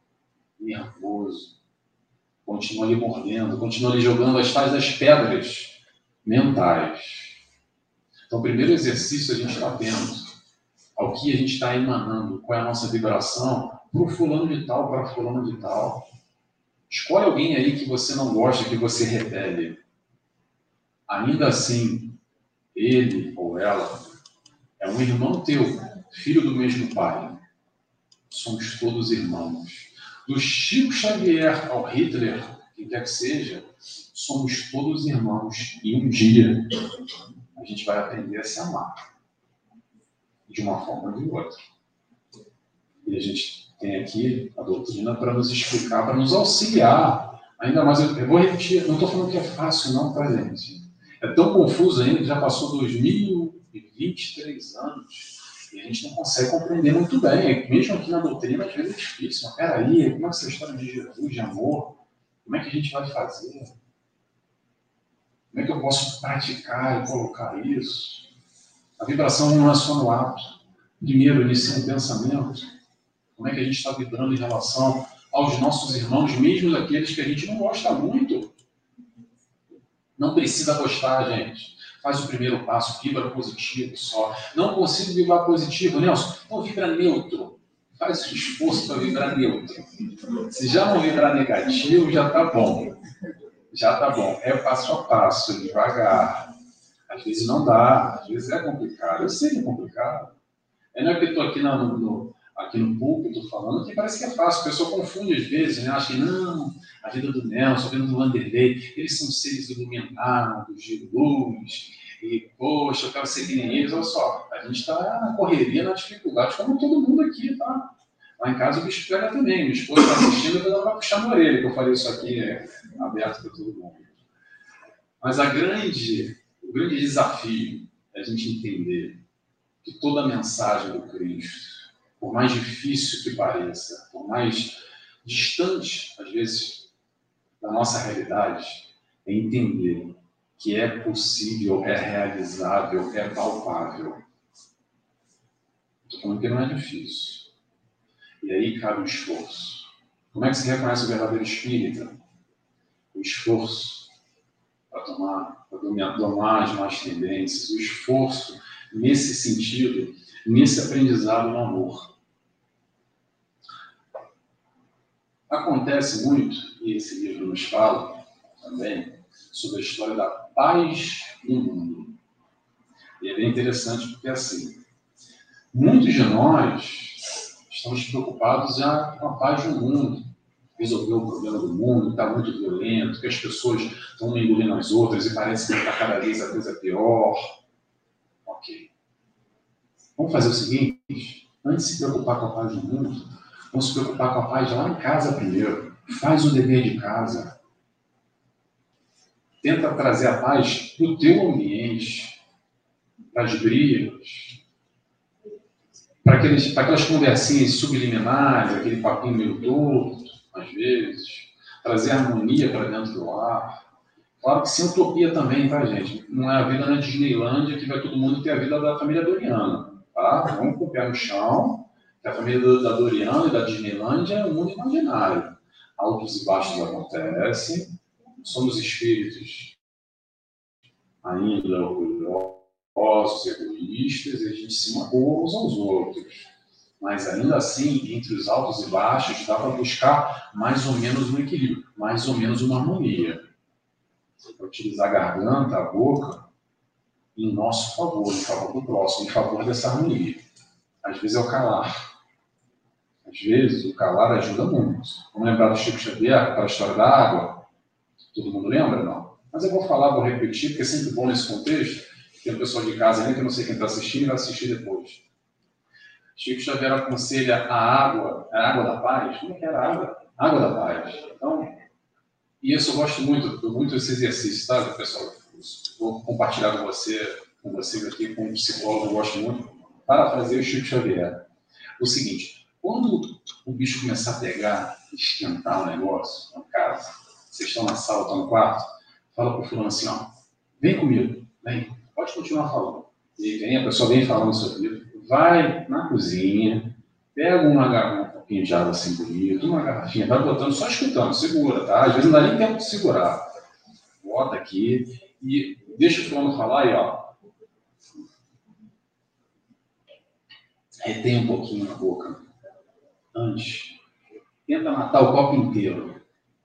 nervoso, continua ali mordendo, continua ali jogando as tais das pedras mentais. Então, o primeiro exercício a gente está tendo, ao que a gente está emanando, qual é a nossa vibração, para o fulano de tal, para a fulana de tal. Escolhe alguém aí que você não gosta, que você repele. Ainda assim, ele ou ela é um irmão teu, filho do mesmo pai. Somos todos irmãos. Do Chico Xavier ao Hitler, quem quer que seja, somos todos irmãos. E um dia a gente vai aprender a se amar. De uma forma ou de outra. E a gente tem aqui a doutrina para nos explicar, para nos auxiliar. Ainda mais, eu, eu vou repetir, não estou falando que é fácil não, tá, gente? É tão confuso ainda que já passou dois mil e vinte e três anos. E a gente não consegue compreender muito bem. Mesmo aqui na doutrina, às vezes é difícil. Mas peraí, como é que essa história de Jesus, de amor, como é que a gente vai fazer? Como é que eu posso praticar e colocar isso? A vibração não é só no ato. Primeiro, inicia um pensamento. Como é que a gente está vibrando em relação aos nossos irmãos, mesmo aqueles que a gente não gosta muito? Não precisa gostar, gente. Faz o primeiro passo, vibra positivo só. Não consigo vibrar positivo, Nelson. Então vibra neutro. Faz o esforço para vibrar neutro. Se já não vibrar negativo, já está bom. Já está bom. É passo a passo, devagar. Às vezes não dá, às vezes é complicado. Eu sei que é complicado. É não é que eu estou aqui no, no, aqui no púlpito falando que parece que é fácil. A pessoa confunde às vezes, né? Acha que não, a vida do Nelson, a vida do Vanderlei, eles são seres iluminados, de luz, e poxa, eu quero ser que nem eles. Olha só, a gente está na correria, na dificuldade, como todo mundo aqui, tá? Lá em casa o bicho pega também. Minha esposa está assistindo, ela vai puxar na orelha, que eu falei isso aqui é, aberto para todo mundo. Mas a grande, o grande desafio é a gente entender que toda a mensagem do Cristo, por mais difícil que pareça, por mais distante, às vezes, da nossa realidade, é entender que é possível, é realizável, é palpável. Estou falando que não é difícil. E aí cabe o esforço. Como é que se reconhece o verdadeiro espírita? O esforço para tomar, para dominar, domar as más tendências, o esforço nesse sentido, nesse aprendizado no amor. Acontece muito, e esse livro nos fala também, sobre a história da paz no mundo. E é bem interessante porque, assim, muitos de nós estamos preocupados já com a paz no mundo, resolver o problema do mundo, está muito violento, que as pessoas estão engolindo as outras e parece que está cada vez a coisa pior. Ok. Vamos fazer o seguinte, antes de se preocupar com a paz no mundo, vamos se preocupar com a paz lá em casa primeiro. Faz o dever de casa. Tenta trazer a paz para o teu ambiente, para as brigas, para, aqueles, para aquelas conversinhas subliminares, aquele papinho meio torto, às vezes, trazer harmonia para dentro do lar. Claro que sem utopia também, tá, gente? Não é a vida na Disneylândia que vai todo mundo ter a vida da família Doriana, tá? Vamos com o pé no chão, que a família da Doriana e da Disneylândia é um mundo imaginário. Altos e baixos acontecem, somos espíritos ainda orgulhosos, egoístas, e a gente se magoa uns aos outros. Mas ainda assim, entre os altos e baixos, dá para buscar mais ou menos um equilíbrio, mais ou menos uma harmonia. Para utilizar a garganta, a boca, em nosso favor, em favor do próximo, em favor dessa harmonia. Às vezes é o calar. Às vezes o calar ajuda muito. Vamos lembrar do Chico Xavier, aquela história da água? Todo mundo lembra? Não. Mas eu vou falar, vou repetir, porque é sempre bom nesse contexto. Tem um pessoal de casa ainda que eu não sei quem está assistindo e vai assistir depois. Chico Xavier aconselha a água, a água da paz. Como é que era a água? Água da paz. Então, e isso eu gosto muito, muito desse exercício, tá, pessoal? Vou compartilhar com você, com vocês aqui, com um psicólogo, eu gosto muito. Parafraseio o Chico Xavier. O seguinte, quando o bicho começar a pegar, esquentar o negócio, no caso, vocês estão na sala, estão no quarto, fala para o fulano assim, ó, vem comigo, vem, pode continuar falando. E vem, a pessoa vem falando sobre isso, vai na cozinha, pega uma garrafa, um pouquinho de água assim bonito, uma garrafinha, vai botando, só escutando, segura, tá? Às vezes não dá nem tempo de segurar. Bota aqui e deixa o fulano falar e, ó, retém um pouquinho na boca. Antes, tenta matar o copo inteiro.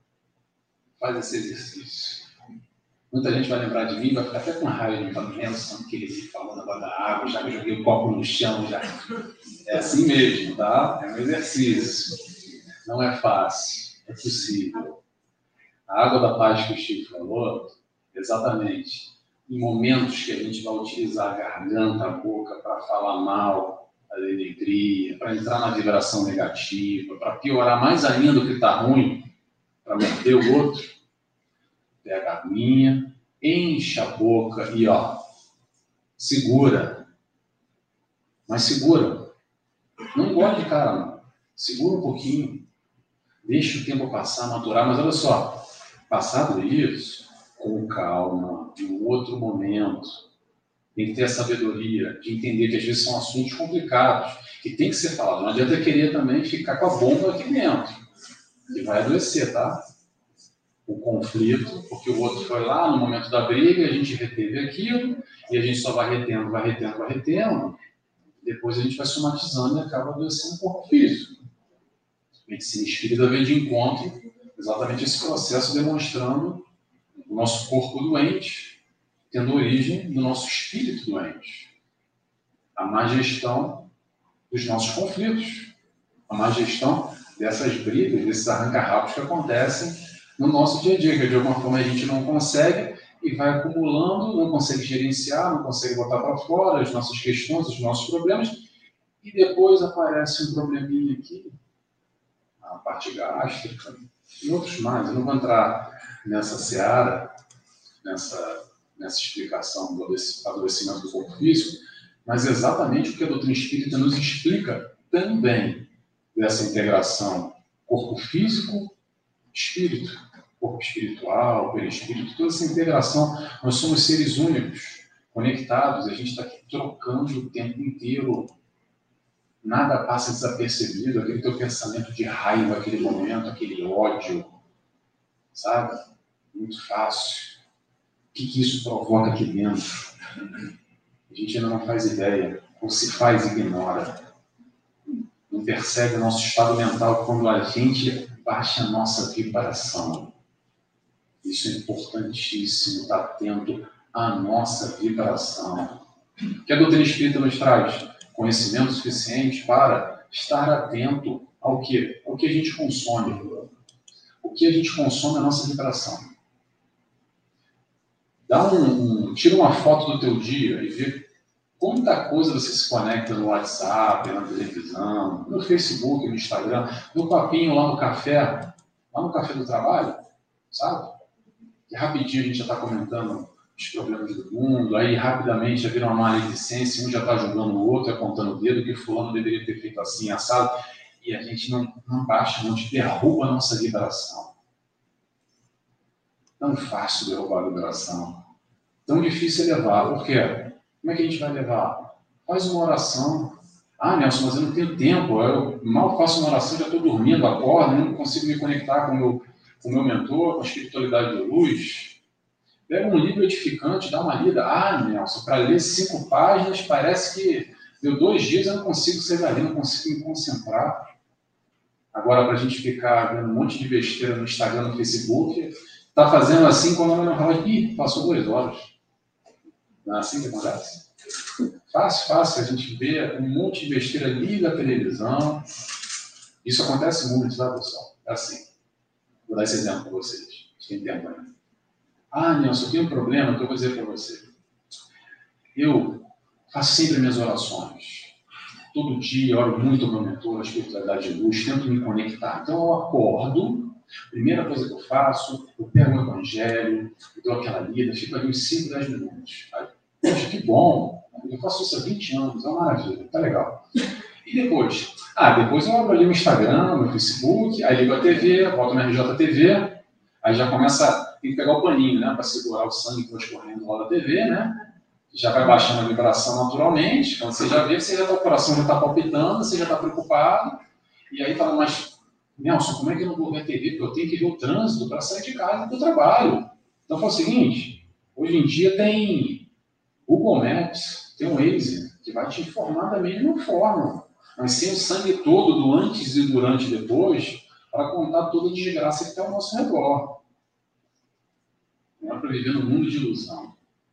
Faz esse exercício. Muita gente vai lembrar de mim, vai ficar até com raiva de mim, falando, Nelson, que ele falou agora da água, já que eu joguei o copo no chão, já. É assim mesmo, tá? É um exercício. Não é fácil, é possível. A água da paz que o Chico falou, exatamente, em momentos que a gente vai utilizar a garganta, a boca para falar mal, a alegria, para entrar na vibração negativa, para piorar mais ainda o que está ruim, para morder o outro, pega a aguinha, enche a boca e, ó, segura. Mas segura. Não engole de cara, não. Segura um pouquinho. Deixa o tempo passar, maturar. Mas olha só, passado isso, com calma, em um outro momento, tem que ter a sabedoria de entender que às vezes são assuntos complicados, que tem que ser falado. Não adianta querer também ficar com a bomba aqui dentro, que vai adoecer, tá? O conflito, porque o outro foi lá no momento da briga, a gente reteve aquilo, e a gente só vai retendo, vai retendo, vai retendo, depois a gente vai somatizando e acaba adoecendo o corpo físico. A medicina espírita vem de encontro exatamente esse processo, demonstrando o nosso corpo doente, tendo origem do nosso espírito doente. A má gestão dos nossos conflitos, a má gestão dessas brigas, desses arranca-rabos que acontecem no nosso dia a dia, que de alguma forma a gente não consegue e vai acumulando, não consegue gerenciar, não consegue botar para fora as nossas questões, os nossos problemas, e depois aparece um probleminha aqui, a parte gástrica, e outros mais. Eu não vou entrar nessa seara, nessa, nessa explicação do adoecimento do corpo físico, mas exatamente o que a doutrina espírita nos explica também dessa integração corpo físico, espírito, corpo espiritual, perispírito, toda essa integração. Nós somos seres únicos, conectados, a gente está aqui trocando o tempo inteiro. Nada passa desapercebido, aquele teu pensamento de raiva, aquele momento, aquele ódio, sabe? Muito fácil. O que, que isso provoca aqui dentro? A gente ainda não faz ideia, ou se faz, ignora. Não percebe o nosso estado mental quando a gente baixa a nossa vibração. Isso é importantíssimo, estar atento à nossa vibração. O que a doutrina espírita nos traz? Conhecimento suficiente para estar atento ao que? Ao que a gente consome. O que a gente consome é a nossa vibração. Dá um, um, tira uma foto do teu dia e vê quanta coisa você se conecta no WhatsApp, na televisão, no Facebook, no Instagram, no papinho lá no café, lá no café do trabalho, sabe? E rapidinho a gente já está comentando os problemas do mundo, aí rapidamente já vira uma maledicência, um já está julgando o outro, apontando o dedo, que fulano deveria ter feito assim, assado, e a gente não, não baixa, não derruba a nossa vibração. Tão fácil derrubar a vibração. Tão difícil elevar. Por quê? Como é que a gente vai levar? Faz uma oração. Ah, Nelson, mas eu não tenho tempo. Eu mal faço uma oração, já estou dormindo, acordo, não consigo me conectar com o meu, com o meu mentor, com a espiritualidade de luz. Pega um livro edificante, dá uma lida. Ah, Nelson, para ler cinco páginas, parece que deu dois dias eu não consigo sair dali, não consigo me concentrar. Agora, para a gente ficar vendo um monte de besteira no Instagram, no Facebook, está fazendo assim quando a não fala, ih, passou duas horas. Não é assim que acontece? Fácil, fácil, a gente vê um monte de besteira, liga a televisão. Isso acontece muito, tá, pessoal? É assim. Vou dar esse exemplo para vocês. Tem tempo ainda. Ah, Nelson, eu tenho um problema que eu vou dizer para você. Eu faço sempre minhas orações. todo dia, oro muito ao meu mentor, a espiritualidade de luz, tento me conectar. Então eu acordo, primeira coisa que eu faço, eu pego o evangelho, eu dou aquela lida, fico ali uns cinco, dez minutos. Aí, poxa, que bom! Eu faço isso há vinte anos, é uma maravilha, tá legal. E depois? Ah, depois eu abro ali o Instagram, o Facebook, aí ligo a T V, boto na R J T V, aí já começa, tem que pegar o paninho, né, para segurar o sangue que vai escorrendo lá da T V, né? Já vai baixando a vibração naturalmente, quando você já vê, você já tá, o coração já está palpitando, você já está preocupado, e aí fala, mas, Nelson, como é que eu não vou ver a T V? Porque eu tenho que ver o trânsito para sair de casa do trabalho. Então foi o seguinte, hoje em dia tem Google Maps, tem o Waze, que vai te informar da mesma forma, mas sem o sangue todo do antes e durante e depois, para contar toda a desgraça que está ao nosso redor. Não é para viver num mundo de ilusão.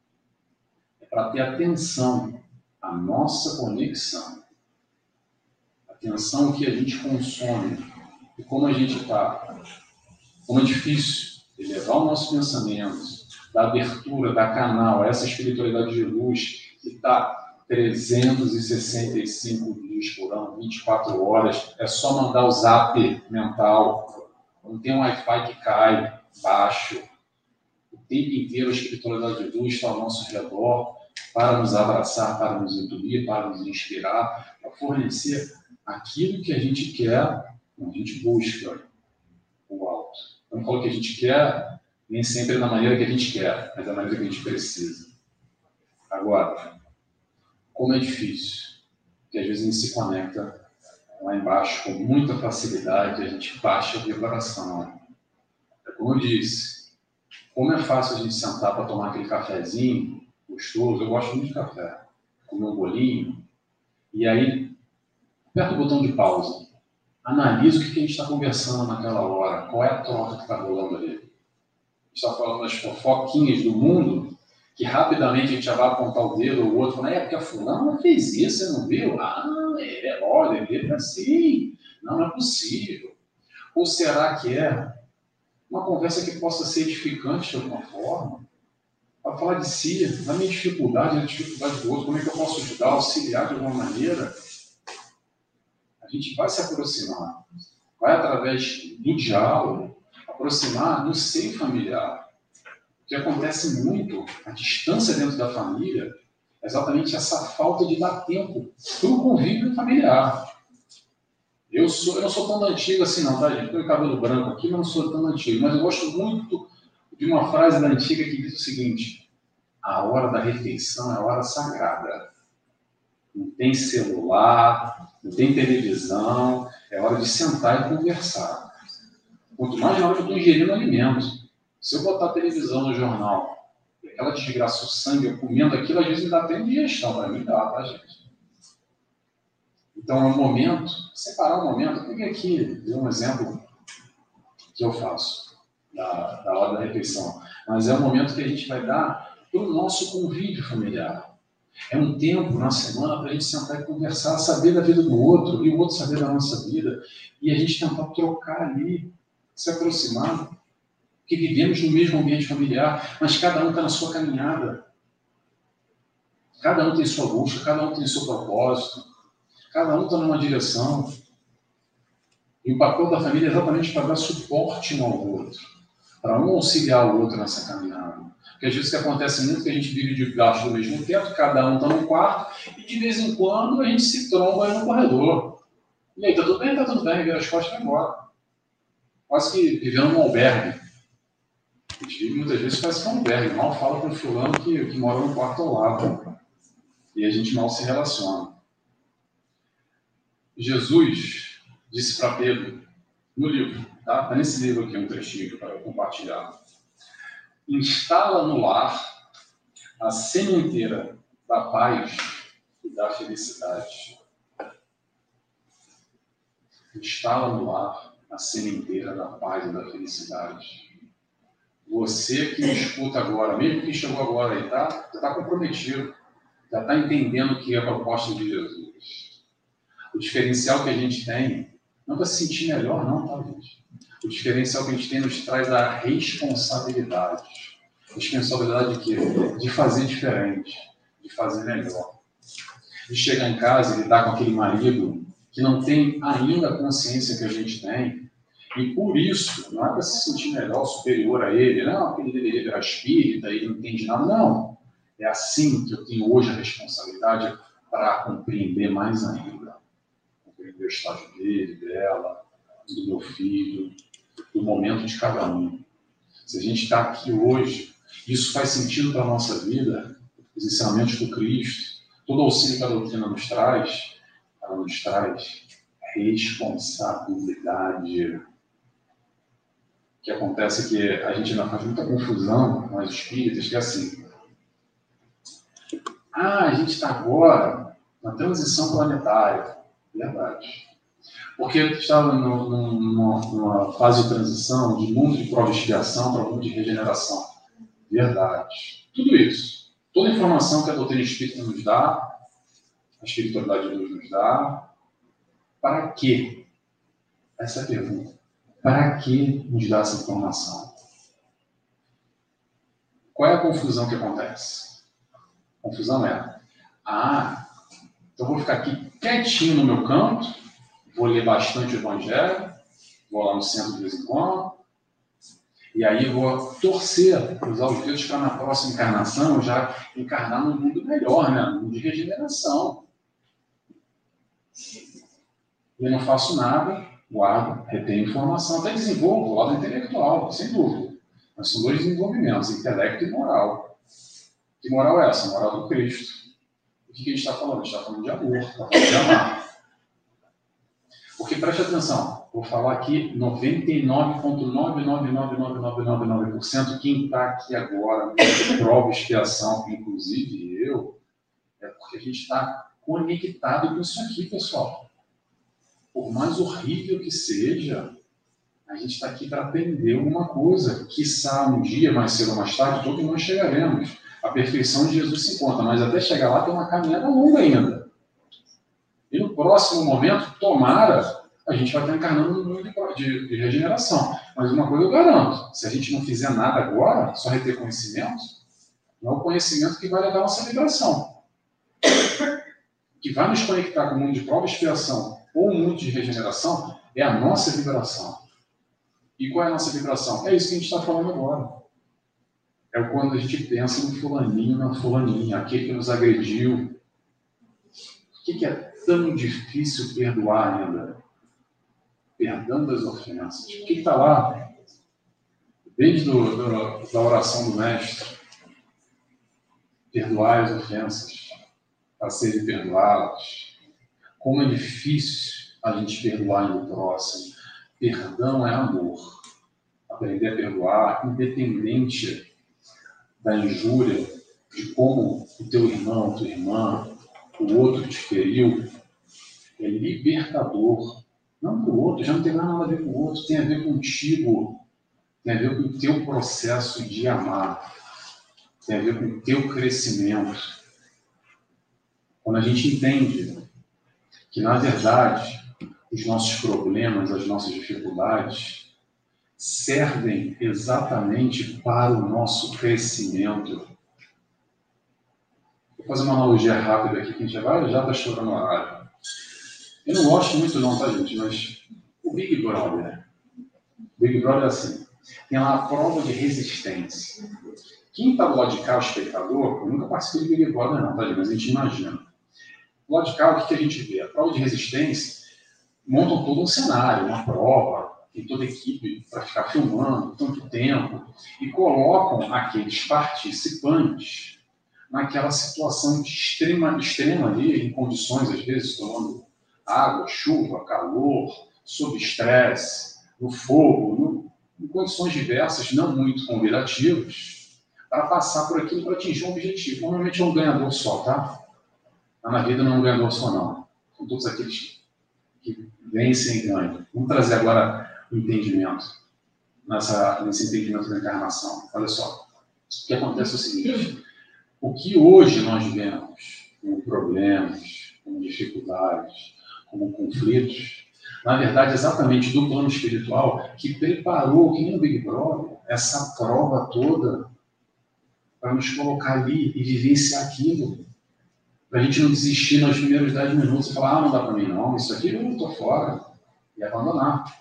É para ter atenção à nossa conexão. Atenção ao que a gente consome. E como a gente está. Como é difícil elevar o nosso pensamento, dar abertura, dar canal a essa espiritualidade de luz que está trezentos e sessenta e cinco dias por ano, vinte e quatro horas, é só mandar o zap mental, não tem um Wi-Fi que cai baixo, o tempo inteiro a espiritualidade de luz está ao nosso redor, para nos abraçar, para nos intuir, para nos inspirar, para fornecer aquilo que a gente quer, a gente busca o alto. Eu não falo que a gente quer, nem sempre da maneira que a gente quer, mas da maneira que a gente precisa. Agora, como é difícil, porque às vezes a gente se conecta lá embaixo com muita facilidade, a gente baixa a vibração. É como eu disse, como é fácil a gente sentar para tomar aquele cafezinho gostoso, eu gosto muito de café, comer um bolinho, e aí, aperta o botão de pausa, analisa o que a gente está conversando naquela hora, qual é a troca que está rolando ali. A gente está falando das fofoquinhas do mundo, que rapidamente a gente já vai apontar o dedo ou o outro, falando, é porque a fulana fez isso, você não viu? Ah, é, olha, ele é assim. Não, não é possível. Ou será que é uma conversa que possa ser edificante de alguma forma? Para falar de si, da minha dificuldade, da dificuldade do outro, como é que eu posso ajudar, auxiliar de alguma maneira? A gente vai se aproximar. Vai através do diálogo, aproximar no seio familiar. O que acontece muito, a distância dentro da família, é exatamente essa falta de dar tempo para o convívio familiar. Eu, sou, eu não sou tão antigo assim não, tá, gente? Tenho cabelo branco aqui, mas não sou tão antigo. Mas eu gosto muito de uma frase da antiga que diz o seguinte, a hora da refeição é a hora sagrada. Não tem celular, não tem televisão, é hora de sentar e conversar. Quanto mais na hora que eu estou ingerindo alimento. Se eu botar a televisão no jornal, e aquela desgraça, o sangue, eu comendo aquilo, às vezes me dá até indigestão, para mim dá, tá, gente? Então é um momento, separar um momento, eu peguei aqui, dei um exemplo que eu faço, da, da hora da refeição, mas é um momento que a gente vai dar para o nosso convívio familiar. É um tempo na semana para a gente sentar e conversar, saber da vida do outro, e o outro saber da nossa vida, e a gente tentar trocar ali, se aproximar, que vivemos no mesmo ambiente familiar, mas cada um está na sua caminhada. Cada um tem sua busca, cada um tem seu propósito, cada um está numa direção. E o papel da família é exatamente para dar suporte um ao outro, para um auxiliar o outro nessa caminhada. Porque às vezes o que acontece muito é que a gente vive debaixo do mesmo teto, cada um está no quarto, e de vez em quando a gente se tromba aí no corredor. E aí, está tudo bem? Está tudo bem, vira as costas e vai embora. Quase que vivendo num albergue. A gente vive muitas vezes parece que é um albergue, mal fala com o fulano que, que mora no quarto ao lado. E a gente mal se relaciona. Jesus disse para Pedro, no livro, tá? Está nesse livro aqui, um trechinho para eu compartilhar. Instala no lar a sementeira da paz e da felicidade. Instala no lar a sementeira da paz e da felicidade. Você que me escuta agora, mesmo que chegou agora aí, tá? Já está comprometido, já está entendendo o que é a proposta de Jesus. O diferencial que a gente tem, não para se sentir melhor, não, tá, gente? O diferencial que a gente tem nos traz a responsabilidade. Responsabilidade de quê? De fazer diferente, de fazer melhor. de chegar em casa e lidar com aquele marido que não tem ainda a consciência que a gente tem, e por isso, não é para se sentir melhor, superior a ele, não, porque ele deveria virar espírita, ele não entende nada, não. É assim que eu tenho hoje a responsabilidade para compreender mais ainda. Compreender o estágio dele, dela, do meu filho, do momento de cada um. Se a gente está aqui hoje, isso faz sentido para a nossa vida, os ensinamentos do Cristo, todo o auxílio que a doutrina nos traz, ela nos traz responsabilidade. O que acontece é que a gente ainda faz muita confusão com as espíritas, que é assim, ah, a gente está agora na transição planetária. Verdade. Porque estava no, no, numa, numa fase de transição de mundo de prova e expiação para mundo de regeneração. Verdade. Tudo isso. Toda a informação que a doutrina espírita nos dá, a espiritualidade de Deus nos dá, para quê? Essa é a pergunta. Para que nos dá essa informação? Qual é a confusão que acontece? A confusão é, ah, então eu vou ficar aqui quietinho no meu canto, vou ler bastante o Evangelho, vou lá no centro de vez em quando, e aí vou torcer, usar os dedos para na próxima encarnação já encarnar num mundo melhor, né? Num mundo de regeneração. E eu não faço nada, guardo, retenho informação, até desenvolvo o lado intelectual, sem dúvida. Mas são dois desenvolvimentos, intelecto e moral. Que moral é essa? A moral do Cristo. O que a gente está falando? A gente está falando de amor, está falando de amar. Porque, preste atenção, vou falar aqui, noventa e nove vírgula nove nove nove nove nove nove nove por cento quem está aqui agora, prova, expiação, inclusive eu, é porque a gente está conectado com isso aqui, pessoal. Por mais horrível que seja, a gente está aqui para aprender alguma coisa. Quiçá um dia, mais cedo ou mais tarde, todos nós chegaremos. A perfeição de Jesus se encontra, mas até chegar lá tem uma caminhada longa ainda. E no próximo momento, tomara, a gente vai estar encarnando no mundo de, de regeneração. Mas uma coisa eu garanto, se a gente não fizer nada agora, só reter conhecimento, não é o conhecimento que vai levar a nossa vibração. O que vai nos conectar com o mundo de prova e expiação ou o mundo de regeneração é a nossa vibração. E qual é a nossa vibração? É isso que a gente está falando agora. É quando a gente pensa no fulaninho, na fulaninha, aquele que nos agrediu. O que é tão difícil perdoar ainda? Perdão das ofensas. O que está lá? Desde do, do, da oração do Mestre. Perdoai as ofensas, para serem perdoados. Como é difícil a gente perdoar no próximo. Perdão é amor. Aprender a perdoar, independente da injúria, de como o teu irmão, tua irmã, o outro te feriu, é libertador. Não para o outro, já não tem nada a ver com o outro, tem a ver contigo, tem a ver com o teu processo de amar, tem a ver com o teu crescimento. Quando a gente entende que, na verdade, os nossos problemas, as nossas dificuldades servem exatamente para o nosso crescimento. Vou fazer uma analogia rápida aqui, que a gente já está estourando a área. Eu não gosto muito não, tá, gente? Mas o Big Brother, o Big Brother é assim, tem lá a prova de resistência. Quem está do lado de cá, o espectador, eu nunca participei de Big Brother não, tá, gente? Mas a gente imagina. Do lado de cá, o que a gente vê? A prova de resistência, montam todo um cenário, uma prova, tem toda a equipe para ficar filmando tanto tempo, e colocam aqueles participantes naquela situação de extrema, extrema ali, em condições, às vezes, tomando água, chuva, calor, sob estresse, no fogo, no, em condições diversas, não muito convidativas, para passar por aquilo para atingir um objetivo. Normalmente é um ganhador só, tá? Na vida não é um ganhador só, não. São todos aqueles que vencem e ganham. Vamos trazer agora o entendimento, nessa, nesse entendimento da encarnação. Olha só, o que acontece é o seguinte, o que hoje nós vemos como problemas, como dificuldades, como conflitos, na verdade, exatamente do plano espiritual, que preparou, que nem o Big Brother, essa prova toda para nos colocar ali e vivenciar aquilo. Para a gente não desistir nos primeiros dez minutos e falar, ah, não dá para mim não, isso aqui eu não estou fora, e abandonar.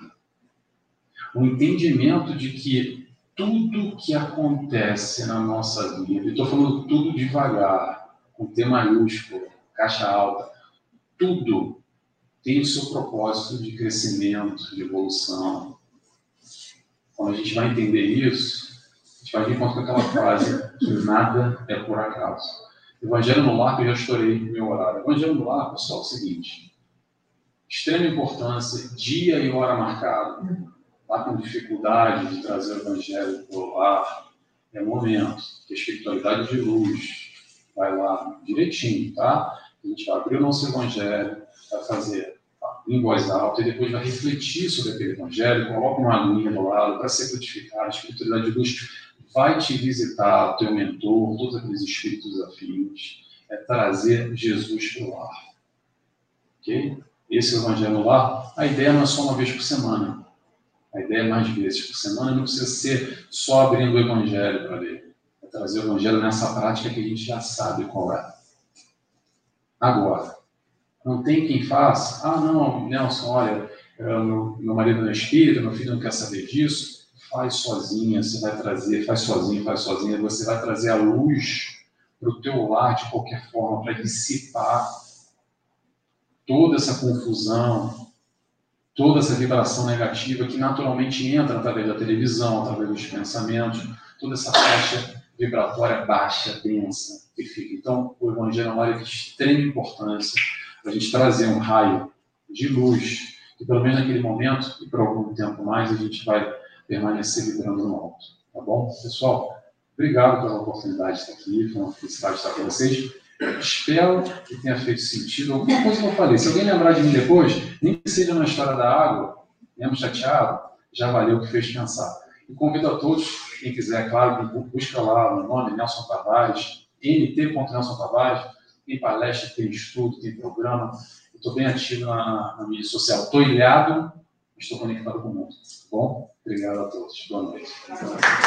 O entendimento de que tudo que acontece na nossa vida, e estou falando tudo devagar, com T maiúsculo, caixa alta, tudo tem o seu propósito de crescimento, de evolução. Quando a gente vai entender isso, a gente vai vir contra aquela frase que nada é por acaso. Evangelho no Lar, que eu já estourei meu horário. Evangelho no Lar, pessoal, é o seguinte: extrema importância, dia e hora marcado. Lá com dificuldade de trazer o Evangelho para o lar, é momento, que a espiritualidade de luz vai lá direitinho, tá? A gente vai abrir o nosso Evangelho, vai fazer tá, em voz alta, e depois vai refletir sobre aquele Evangelho, coloca uma aguinha do lado para ser frutificado. A espiritualidade de luz vai te visitar, teu mentor, todos aqueles espíritos afins, é trazer Jesus para o lar. Ok? Esse é o Evangelho no Lar. A ideia não é só uma vez por semana. A ideia é mais vezes por semana. Não precisa ser só abrindo o Evangelho para ler. É trazer o Evangelho nessa prática que a gente já sabe qual é. Agora, não tem quem faça. Ah, não, Nelson, olha, meu, meu marido não é espírita, meu filho não quer saber disso. Faz sozinha, você vai trazer, faz sozinho, faz sozinha. Você vai trazer a luz para o teu lar de qualquer forma, para dissipar toda essa confusão, toda essa vibração negativa que naturalmente entra através da televisão, através dos pensamentos, toda essa faixa vibratória baixa, densa, que fica. Então, o Evangelho é uma área de extrema importância para a gente trazer um raio de luz, que pelo menos naquele momento, e por algum tempo mais, a gente vai permanecer vibrando no alto. Tá bom? Pessoal, obrigado pela oportunidade de estar aqui, foi uma felicidade estar com vocês. Espero que tenha feito sentido. Alguma coisa que eu falei, se alguém lembrar de mim depois, nem que seja na história da água, mesmo chateado, já valeu o que fez pensar. E convido a todos, quem quiser, é claro, busca lá o nome, Nelson Tavares, N T ponto Nelson Tavares, tem palestra, tem estudo, tem programa. Eu estou bem ativo na, na mídia social. Estou ilhado, mas estou conectado com o mundo. Bom? Obrigado a todos. Boa noite.